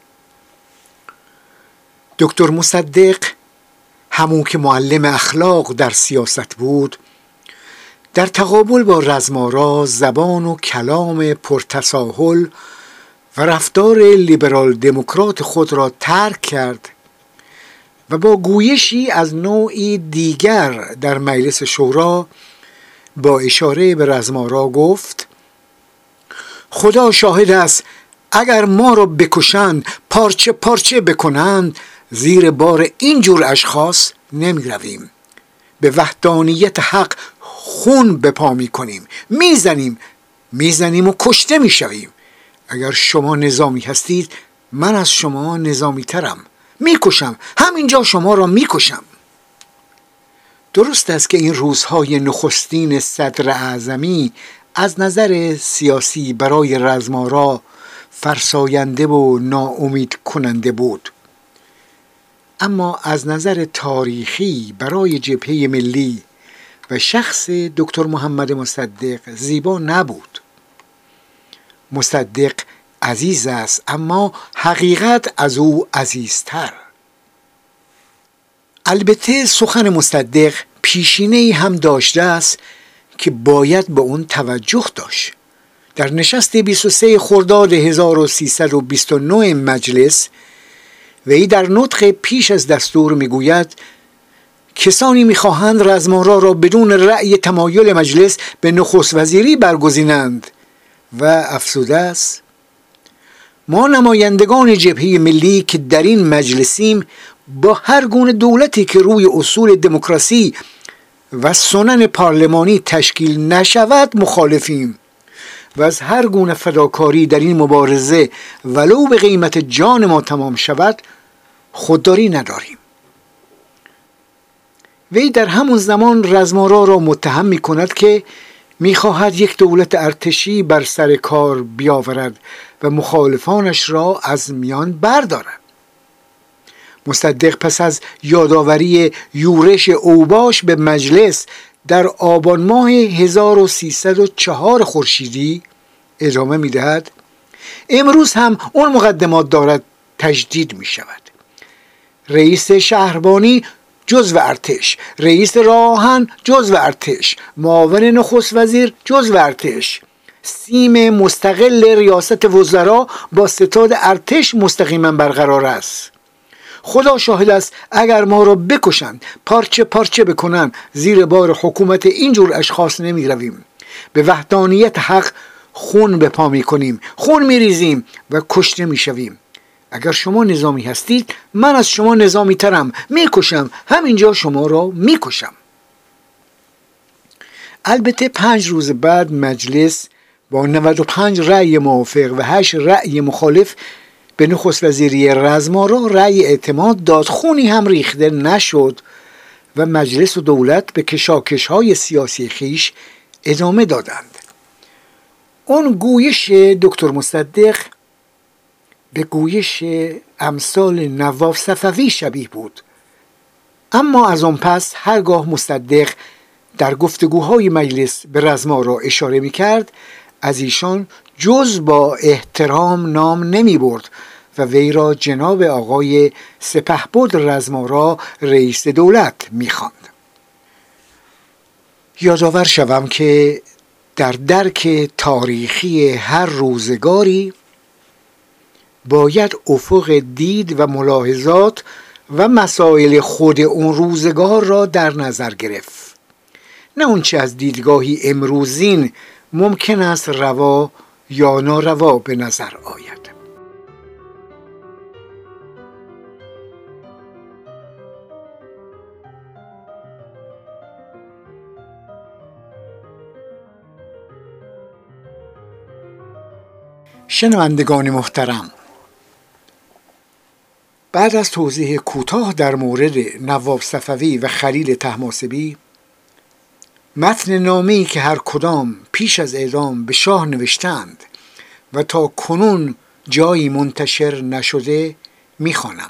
دکتر مصدق همون که معلم اخلاق در سیاست بود، در تقابل با رزمارا زبان و کلام پرتساهل و رفتار لیبرال دموکرات خود را ترک کرد و با گویشی از نوعی دیگر در مجلس شورا با اشاره به رزمارا گفت خدا شاهد است اگر ما را بکشند، پارچه پارچه بکنند، زیر بار اینجور اشخاص نمی رویم. به وحدانیت حق خون به پا می کنیم، می زنیم می زنیم و کشته می شویم. اگر شما نظامی هستید من از شما نظامی ترم، می کشم، همینجا شما را می کشم. درست است که این روزهای نخستین صدر اعظمی از نظر سیاسی برای رزمارا فرساینده و ناامید کننده بود، اما از نظر تاریخی برای جبهه ملی و شخص دکتر محمد مصدق زیبا نبود. مصدق عزیز است، اما حقیقت از او عزیزتر. البته سخن مصدق پیشینه‌ای هم داشته است که باید به اون توجه داشت. در نشست بیست و سه خرداد هزار و سیصد و بیست و نه مجلس، وی در نطق پیش از دستور میگوید کسانی میخواهند رزمارا را بدون رأی تمایل مجلس به نخست وزیری برگزینند و افزوده است ما نمایندگان جبهه ملی که در این مجلسیم با هر گونه دولتی که روی اصول دموکراسی و سنن پارلمانی تشکیل نشود مخالفیم و از هر گونه فداکاری در این مبارزه ولو به قیمت جان ما تمام شود خودداری نداریم. وی در همون زمان رزمارا را متهم می کند که می خواهد یک دولت ارتشی بر سر کار بیاورد و مخالفانش را از میان بردارد. مصدق پس از یادآوری یورش اوباش به مجلس در آبان ماه هزار و سیصد و چهار خورشیدی ادامه می دهد امروز هم اون مقدمات دارد تجدید می شود. رئیس شهربانی جزو ارتش، رئیس راهن جزو ارتش، معاون نخست وزیر جزو ارتش، سیم مستقل ریاست وزرا با ستاد ارتش مستقیما برقرار است. خدا شاهد است اگر ما را بکشند، پارچه پارچه بکنند، زیر بار حکومت اینجور اشخاص نمی رویم. به وحدانیت حق خون به پا می کنیم، خون می ریزیم و کشته می شویم. اگر شما نظامی هستید من از شما نظامی ترم، می کشم، همینجا شما را می کشم. البته پنج روز بعد مجلس با نود و پنج رأی موافق و هشت رأی مخالف به نخست وزیری رزمارا رأی اعتماد داد. خونی هم ریخته نشد و مجلس و دولت به کشاکش‌های سیاسی خیش ادامه دادند. اون گویش دکتر مصدق به گویش امثال نواب صفوی شبیه بود، اما از آن پس هرگاه مصدق در گفتگوهای مجلس به رزمارا اشاره می کرد از ایشان جز با احترام نام نمی برد و وی را جناب آقای سپهبد رزمارا رئیس دولت می خواند. یادآور شوم که در درک تاریخی هر روزگاری باید افق دید و ملاحظات و مسائل خود اون روزگار را در نظر گرفت، نه اون چه از دیدگاهی امروزین ممکن است روا یا ناروا به نظر آید. شنوندگان محترم، بعد از توضیح کوتاه در مورد نواب صفوی و خلیل طهماسبی، متن نامه‌ای که هر کدام پیش از اعدام به شاه نوشتند و تا کنون جایی منتشر نشده می‌خوانم.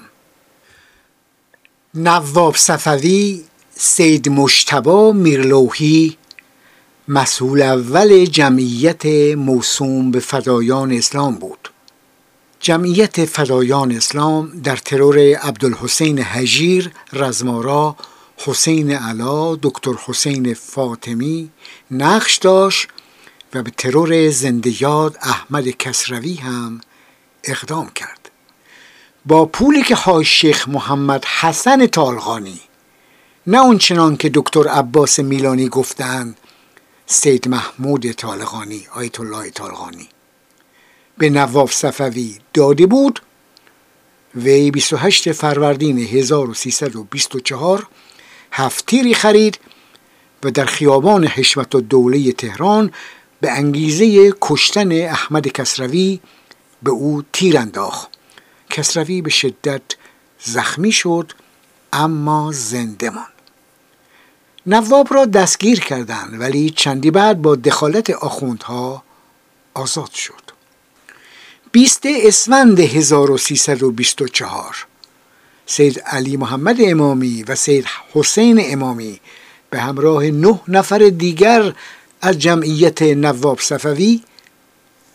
نواب صفوی سید مجتبی میرلوحی، مسئول اول جمعیت موسوم به فدایان اسلام بود. جمعیت فدایان اسلام در ترور عبدالحسین هژیر رزمارا، حسین علا، دکتر حسین فاطمی نقش داشت و به ترور زنده یاد احمد کسروی هم اقدام کرد. با پولی که حاج شیخ محمد حسن طالقانی، نه اون چنان که دکتر عباس میلانی گفتند سید محمود طالقانی آیت الله طالقانی به نواب صفوی داده بود، وی بیست و هشتم فروردین هزار و سیصد و بیست و چهار هفت تیری خرید و در خیابان حشمت الدوله تهران به انگیزه کشتن احمد کسروی به او تیر انداخت. کسروی به شدت زخمی شد اما زنده ماند. نواب را دستگیر کردند ولی چندی بعد با دخالت آخوندها آزاد شد. بیستم اسفند هزار و سیصد و بیست و چهار سید علی محمد امامی و سید حسین امامی به همراه نه نفر دیگر از جمعیت نواب صفوی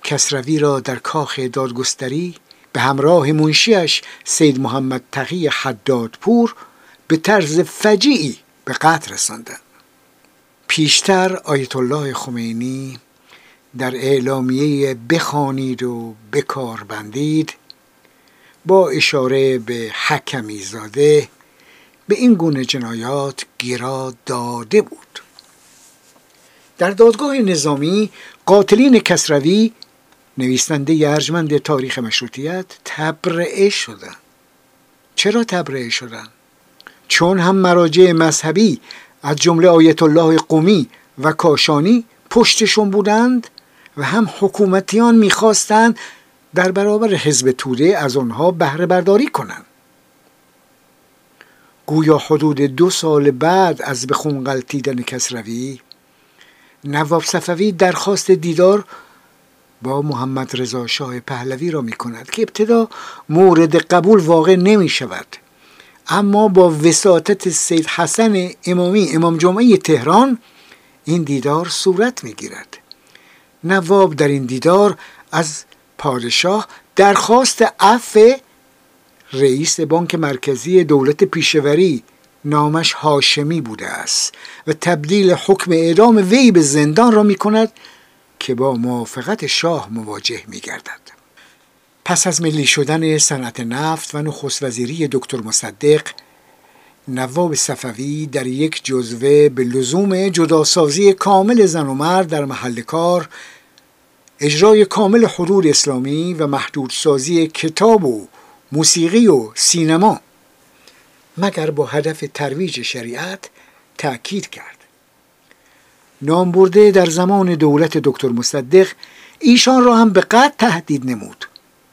کسروی را در کاخ دادگستری به همراه منشیش سید محمد تقی حدادپور به طرز فجیعی به قتل رساندند. پیشتر آیت الله خمینی در اعلامیه بخوانید و بکار بندید با اشاره به حکمی زاده به این گونه جنایات گیرا داده بود. در دادگاه نظامی قاتلین کسروی، نویسنده ارجمند تاریخ مشروطیت، تبرئه شدند. چرا تبرئه شدند؟ چون هم مراجع مذهبی از جمله آیت الله قمی و کاشانی پشتشون بودند و هم حکومتیان میخواستند در برابر حزب توده از آنها بهره برداری کنند. گویا حدود دو سال بعد از به خون غلتیدن کسروی، نواب صفوی درخواست دیدار با محمد رضا شاه پهلوی را می کند که ابتدا مورد قبول واقع نمی شود، اما با وساطت سید حسن امامی امام جمعه تهران این دیدار صورت می گیرد. نواب در این دیدار از پادشاه درخواست عفو رئیس بانک مرکزی دولت پیشوری، نامش هاشمی بوده است، و تبدیل حکم اعدام وی به زندان را می کند که با موافقت شاه مواجه می گردد. پس از ملی شدن صنعت نفت و نخست وزیری دکتر مصدق، نواب صفوی در یک جزوه به لزوم جداسازی کامل زن و مرد در محل کار، اجرای کامل حدود اسلامی و محدودسازی کتاب و موسیقی و سینما مگر با هدف ترویج شریعت تأکید کرد. نامبرده در زمان دولت دکتر مصدق ایشان را هم به قتل تهدید نمود.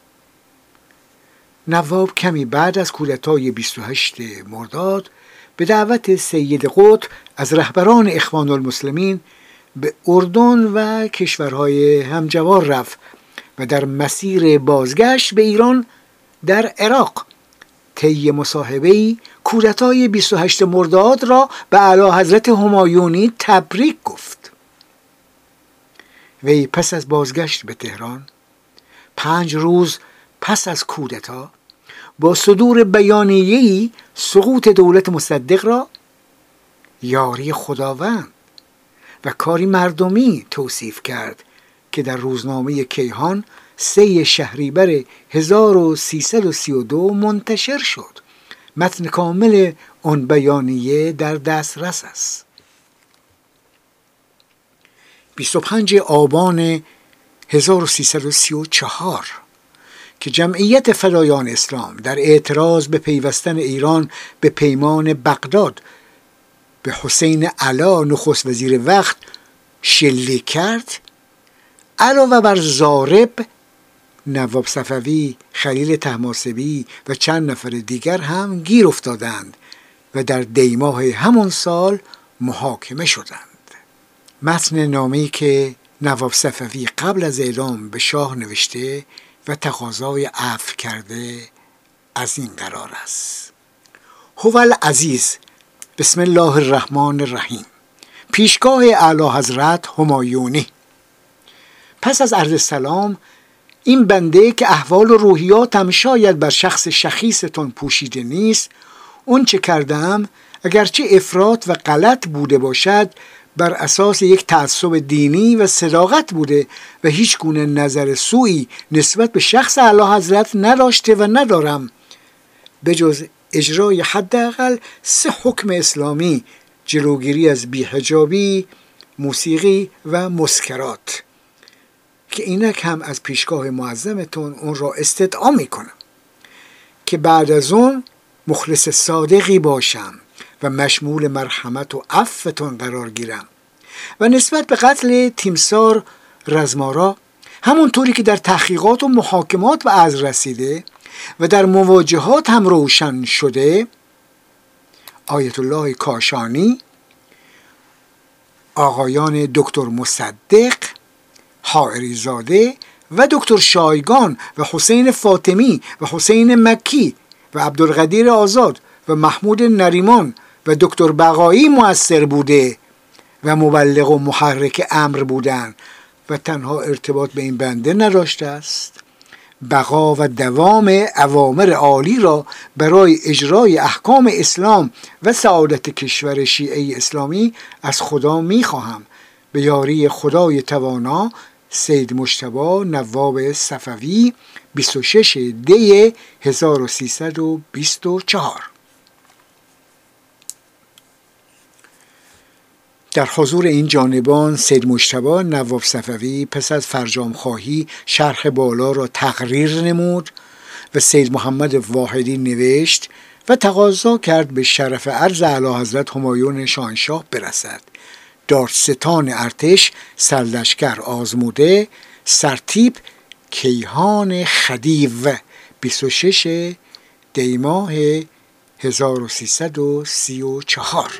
نواب کمی بعد از کودتای بیست و هشتم مرداد به دعوت سید قطب از رهبران اخوان المسلمین به اردن و کشورهای همجوار رفت و در مسیر بازگشت به ایران در عراق طی مصاحبه‌ای کودتای بیست و هشتم مرداد را به اعلیحضرت همایونی تبریک گفت. وی پس از بازگشت به تهران پنج روز پس از کودتا با صدور بیانیه‌ای سقوط دولت مصدق را یاری خداوند و کاری مردمی توصیف کرد که در روزنامه کیهان سه شهریور هزار و سیصد و سی و دو منتشر شد. متن کامل آن بیانیه در دسترس است. بیست و پنجم آبان هزار و سیصد و سی و چهار که جمعیت فدایان اسلام در اعتراض به پیوستن ایران به پیمان بغداد به حسین علا نخست وزیر وقت شلیک کرد، علاوه بر ضارب، نواب صفوی، خلیل طهماسبی و چند نفر دیگر هم گیر افتادند و در دیماه همون سال محاکمه شدند. متن نامه‌ای که نواب صفوی قبل از اعدام به شاه نوشته و تقاضای عفو کرده از این قرار است: هوال عزیز، بسم الله الرحمن الرحیم. پیشگاه اعلی حضرت همایونی، پس از عرض سلام، این بنده که احوال و روحیاتم شاید بر شخص شخیصتون پوشیده نیست، اون چه کردم اگرچه افراط و غلط بوده باشد بر اساس یک تعصب دینی و صداقت بوده و هیچ گونه نظر سوئی نسبت به شخص اعلی حضرت نداشته و ندارم بجز اجرای حداقل سه حکم اسلامی: جلوگیری از بی‌حجابی، موسیقی و مسکرات، که اینک هم از پیشگاه معظمتون اون را استدعا میکنم که بعد از اون مخلص صادقی باشم و مشمول مرحمت و عفوتون قرار گیرم. و نسبت به قتل تیمسار رزمارا، همونطوری که در تحقیقات و محاکمات به عرض رسیده و در مواجهات هم روشن شده، آیت الله کاشانی، آقایان دکتر مصدق، حائری زاده و دکتر شایگان و حسین فاطمی و حسین مکی و عبدالقدیر آزاد و محمود نریمان و دکتر بقایی مؤثر بوده و مبلغ و محرک امر بودند و و تنها ارتباط به این بنده نداشته است، بقا و دوام اوامر عالی را برای اجرای احکام اسلام و سعادت کشور شیعه اسلامی از خدا میخواهم. به یاری خدای توانا، سید مجتبی نواب صفوی، بیست و شش دی هزار و سیصد و بیست و چهار. در حضور این جانبان سید مجتبی نواب صفوی پس از فرجام خواهی شرح بالا را تقریر نمود و سید محمد واحدی نوشت و تقاضا کرد به شرف عرض اعلیحضرت همایون شاهنشاه برسد. دارستان ارتش سرلشکر آزموده، سرتیپ کیهان خدیو، بیست و شش دی ماه هزار و سیصد و سی و چهار.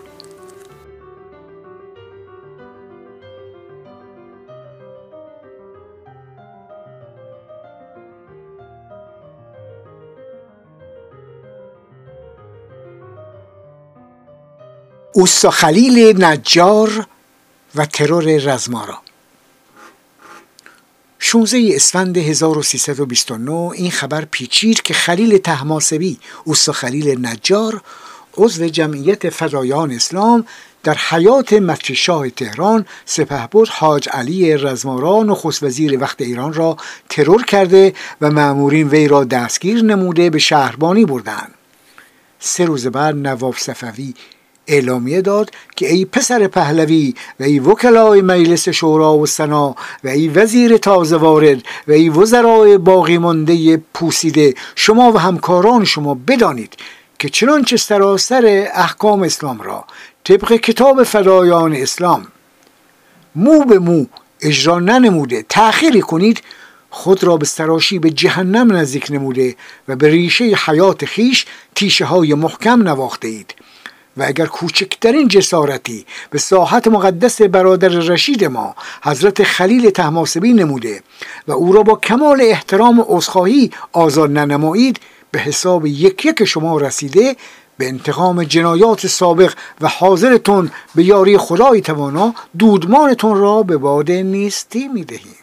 اوستا خلیل نجار و ترور رزمارا. شانزده اسفند هزار و سیصد و بیست و نه این خبر پیچید که خلیل طهماسبی اوستا خلیل نجار عضو جمعیت فدایان اسلام در حیات مسجد شاه تهران سپهبد حاج علی رزمارا نخست وزیر وقت ایران را ترور کرده و مأمورین وی را دستگیر نموده به شهربانی بردند. سه روز بعد نواب صفوی اعلامیه داد که ای پسر پهلوی و ای وکلای مجلس شورا و سنا و ای وزیر تازه وارد و ای وزرای باقی مانده پوسیده، شما و همکاران شما بدانید که چنانچه سراسر احکام اسلام را طبق کتاب فدایان اسلام مو به مو اجرا ننموده تأخیری کنید، خود را به سراشی به جهنم نزدیک نموده و به ریشه حیات خیش تیشه های محکم نواخته اید و اگر کوچکترین جسارتی به ساحت مقدس برادر رشید ما حضرت خلیل طهماسبی نموده و او را با کمال احترام و عذرخواهی آزاد ننمایید، به حساب یک یک شما رسیده به انتقام جنایات سابق و حاضرتون به یاری خدای توانا دودمانتون را به باد نیستی میدهیم.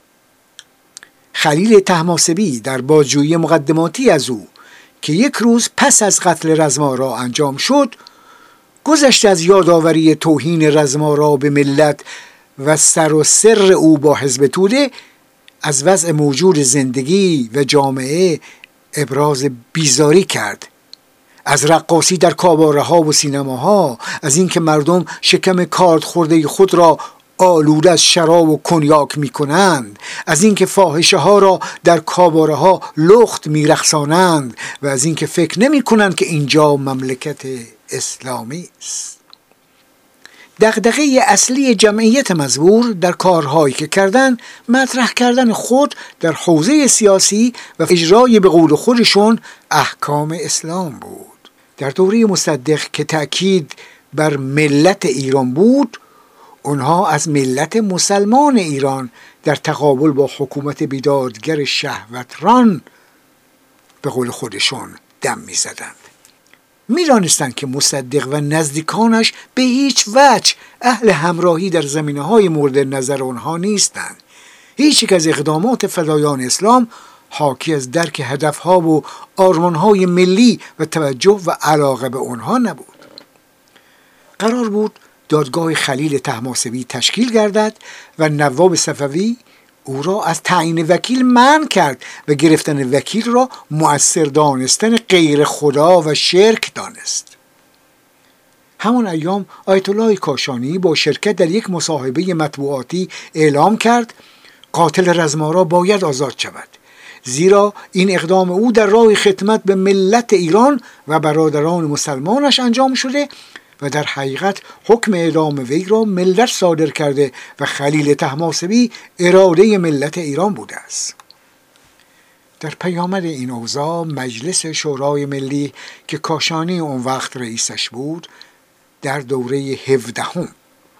خلیل طهماسبی در بازجویی مقدماتی از او که یک روز پس از قتل رزمارا انجام شد، گذشت از یادآوری توهین رزمارا به ملت و سر و سر او با حزب توده، از وضع موجود زندگی و جامعه ابراز بیزاری کرد. از رقاصی در کاباره ها و سینماها، از اینکه مردم شکم کارد خورده خود را آلوده از شراب و کنیاک می کنند، از اینکه فاحشه ها را در کاباره ها لخت می رقصانند و از اینکه فکر نمی کنند که اینجا مملکت اسلامی است. دغدغه اصلی جمعیت مزبور در کارهایی که کردن مطرح کردن خود در حوزه سیاسی و اجرای به قول خودشون احکام اسلام بود. در دوره مصدق که تأکید بر ملت ایران بود، اونها از ملت مسلمان ایران در تقابل با حکومت بیدادگر شهوتران به قول خودشون دم می زدند. می دانستند که مصدق و نزدیکانش به هیچ وجه اهل همراهی در زمینه های مورد نظر آنها نیستند. هیچ یک از اقدامات فدایان اسلام حاکی از درک هدفها و آرمانهای ملی و توجه و علاقه به آنها نبود. قرار بود دادگاه خلیل طهماسبی تشکیل گردد و نواب صفوی او را از تعیین وکیل منع کرد و گرفتن وکیل را مؤثر دانستن غیر خدا و شرک دانست. همان ایام آیت الله کاشانی با شرکت در یک مصاحبه مطبوعاتی اعلام کرد قاتل رزمارا باید آزاد شود، زیرا این اقدام او در راه خدمت به ملت ایران و برادران مسلمانش انجام شده و در حقیقت حکم اعدام وی را ملت صادر کرده و خلیل طهماسبی اراده ملت ایران بوده است. در پیامد این اوضاع مجلس شورای ملی که کاشانی اون وقت رئیسش بود، در دوره هفدهم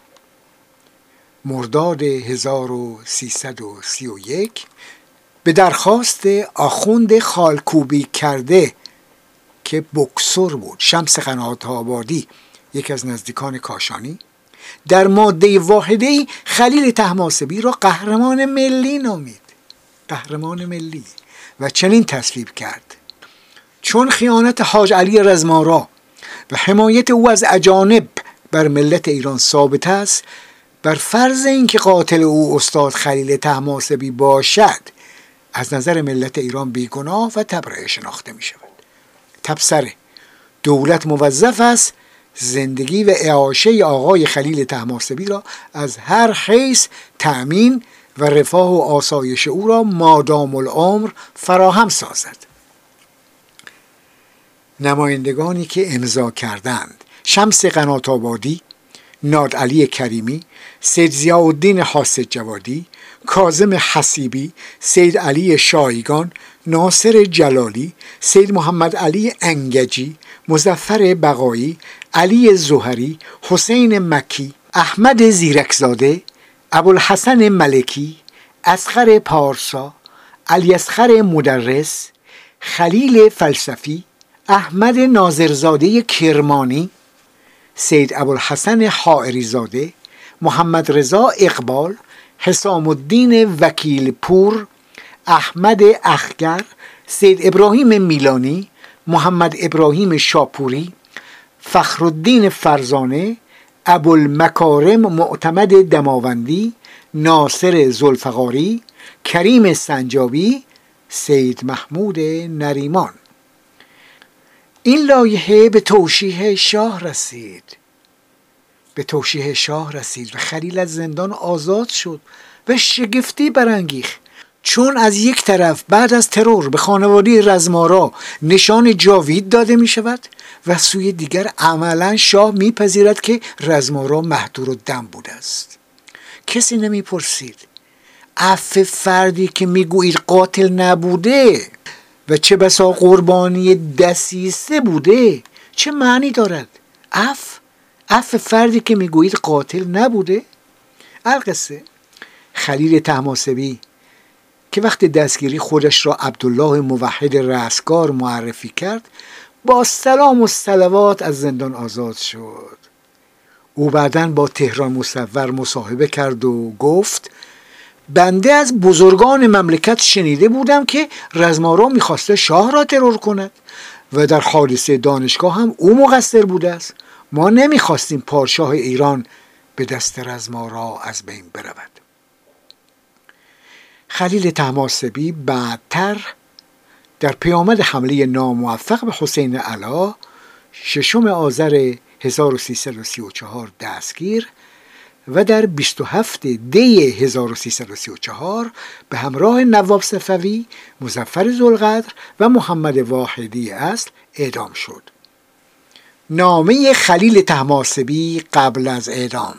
مرداد هزار و سیصد و سی و یک به درخواست آخوند خالکوبی کرده که بکسور بود، شمس قنات آبادی، یک از نزدیکان کاشانی، در ماده واحده‌ای خلیل طهماسبی را قهرمان ملی نامید، قهرمان ملی، و چنین تصویب کرد: چون خیانت حاج علی رزمارا و حمایت او از اجانب بر ملت ایران ثابت است، بر فرض اینکه قاتل او استاد خلیل طهماسبی باشد، از نظر ملت ایران بیگناه و تبرئه شناخته می شود. تبصره: دولت موظف است زندگی و اعاشه آقای خلیل طهماسبی را از هر حیث تأمین و رفاه و آسایش او را مادام العمر فراهم سازد. نمایندگانی که امضا کردند: شمس قنات‌آبادی، نادعلی کریمی، سید ضیاءالدین حاسد جوادی، کاظم حسیبی، سید علی شایگان، ناصر جلالی، سید محمد علی انگجی، مظفر بقایی، علی زهری، حسین مکی، احمد زیرکزاده، ابوالحسن ملکی، اصغر پارسا، علی اصغر مدرس، خلیل فلسفی، احمد ناظرزاده کرمانی، سید ابوالحسن حائری زاده، محمد رضا اقبال، حسام الدین وکیل پور، احمد اخگر، سید ابراهیم میلانی، محمد ابراهیم شاپوری، فخرالدین فرزانه، ابوالمکارم معتمد دماوندی، ناصر ذوالفقاری، کریم سنجابی، سید محمود نریمان. این لایحه به توشیح شاه رسید به توشیح شاه رسید و خلیل از زندان آزاد شد و شگفتی برانگیخت، چون از یک طرف بعد از ترور به خانواده رزمارا نشان جاوید داده می شود و سوی دیگر عملا شاه می پذیرد که رزمارا مهدور الدم بوده است. کسی نمی پرسید عفو فردی که می گویید قاتل نبوده و چه بسا قربانی دسیسه بوده چه معنی دارد؟ عفو عفو فردی که می گویید قاتل نبوده؟ القصه خلیل طهماسبی که وقت دستگیری خودش را عبدالله موحد رستگار معرفی کرد، با سلام و صلوات از زندان آزاد شد. او بعداً با تهران مصور مصاحبه کرد و گفت: بنده از بزرگان مملکت شنیده بودم که رزمارا میخواسته شاه را ترور کند و در حادثه دانشگاه هم او مقصر بوده است. ما نمیخواستیم پادشاه ایران به دست رزمارا از بین برود. خلیل طهماسبی بعدتر در پیامد حمله ناموفق به حسین علا ششم آذر هزار و سیصد و سی و چهار دستگیر و در بیست و هفت دی هزار و سیصد و سی و چهار به همراه نواب صفوی، مظفر ذوالقدر و محمد واحدی اصل اعدام شد. نامه خلیل طهماسبی قبل از اعدام.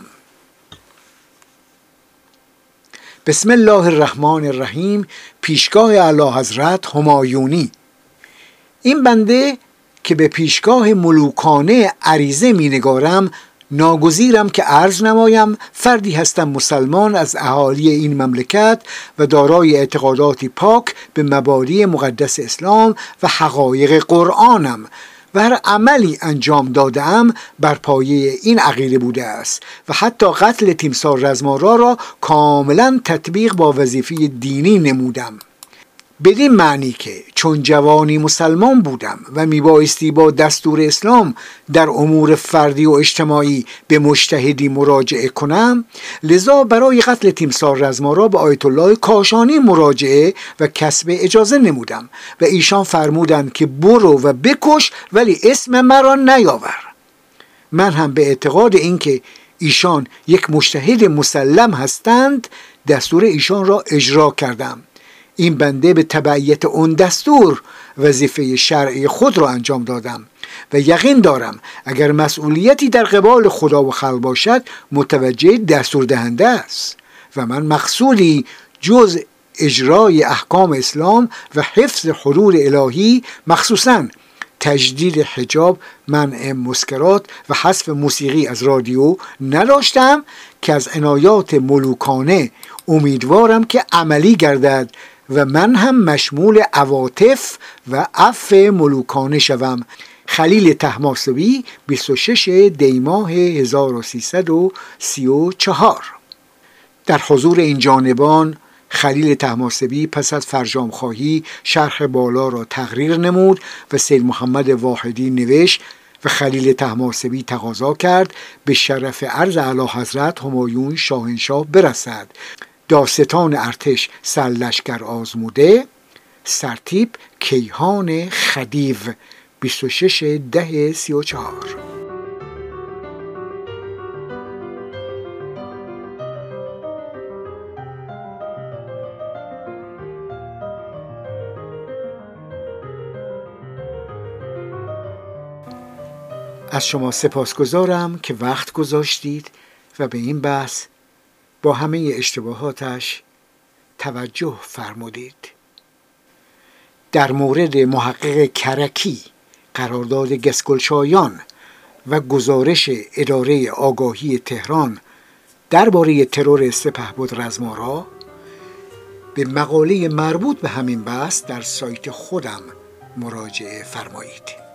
بسم الله الرحمن الرحیم. پیشگاه اعلیحضرت همایونی. این بنده که به پیشگاه ملوکانه عریضه می نگارم، ناگزیرم که عرض نمایم فردی هستم مسلمان از اهالی این مملکت و دارای اعتقاداتی پاک به مبادی مقدس اسلام و حقایق قرآنم و هر عملی انجام دادم بر پایه این عقیده بوده است و حتی قتل تیمسار رزمارا را کاملا تطبیق با وظیفه دینی نمودم، بدین معنی که چون جوانی مسلمان بودم و میبایستی با دستور اسلام در امور فردی و اجتماعی به مجتهدی مراجعه کنم، لذا برای قتل تیمسار رزمارا به آیت الله کاشانی مراجعه و کسب اجازه نمودم و ایشان فرمودند که برو و بکش ولی اسم مرا نیاور. من هم به اعتقاد اینکه ایشان یک مجتهد مسلم هستند دستور ایشان را اجرا کردم. این بنده به تبعیت اون دستور وظیفه شرعی خود را انجام دادم و یقین دارم اگر مسئولیتی در قبال خدا و خلق باشد متوجه دستور دهنده است و من مقصودی جز اجرای احکام اسلام و حفظ حدود الهی، مخصوصاً تجدید حجاب، منع مسکرات و حذف موسیقی از رادیو نداشتم که از عنایات ملوکانه امیدوارم که عملی گردد و من هم مشمول عواطف و عفو ملوکانه شوم. خلیل طهماسبی بیست و شش دی ماه هزار و سیصد و سی و چهار. در حضور این جانبان خلیل طهماسبی پس از فرجام‌خواهی شرح بالا را تقریر نمود و سید محمد واحدی نوشت و خلیل طهماسبی تقاضا کرد به شرف عرض اعلیحضرت همایون شاهنشاه برسد. داستان ارتش سرلشکر آزموده، سرتیپ کیهان خدیو، بیست و شش ده سی و چهار. از شما سپاسگزارم که وقت گذاشتید و به این بحث با همه اشتباهاتش توجه فرمودید. در مورد محقق کرکی، قرارداد گسگلشایان و گزارش اداره آگاهی تهران درباره ترور سپهبد رزمارا به مقاله مربوط به همین بحث در سایت خودم مراجعه فرمایید.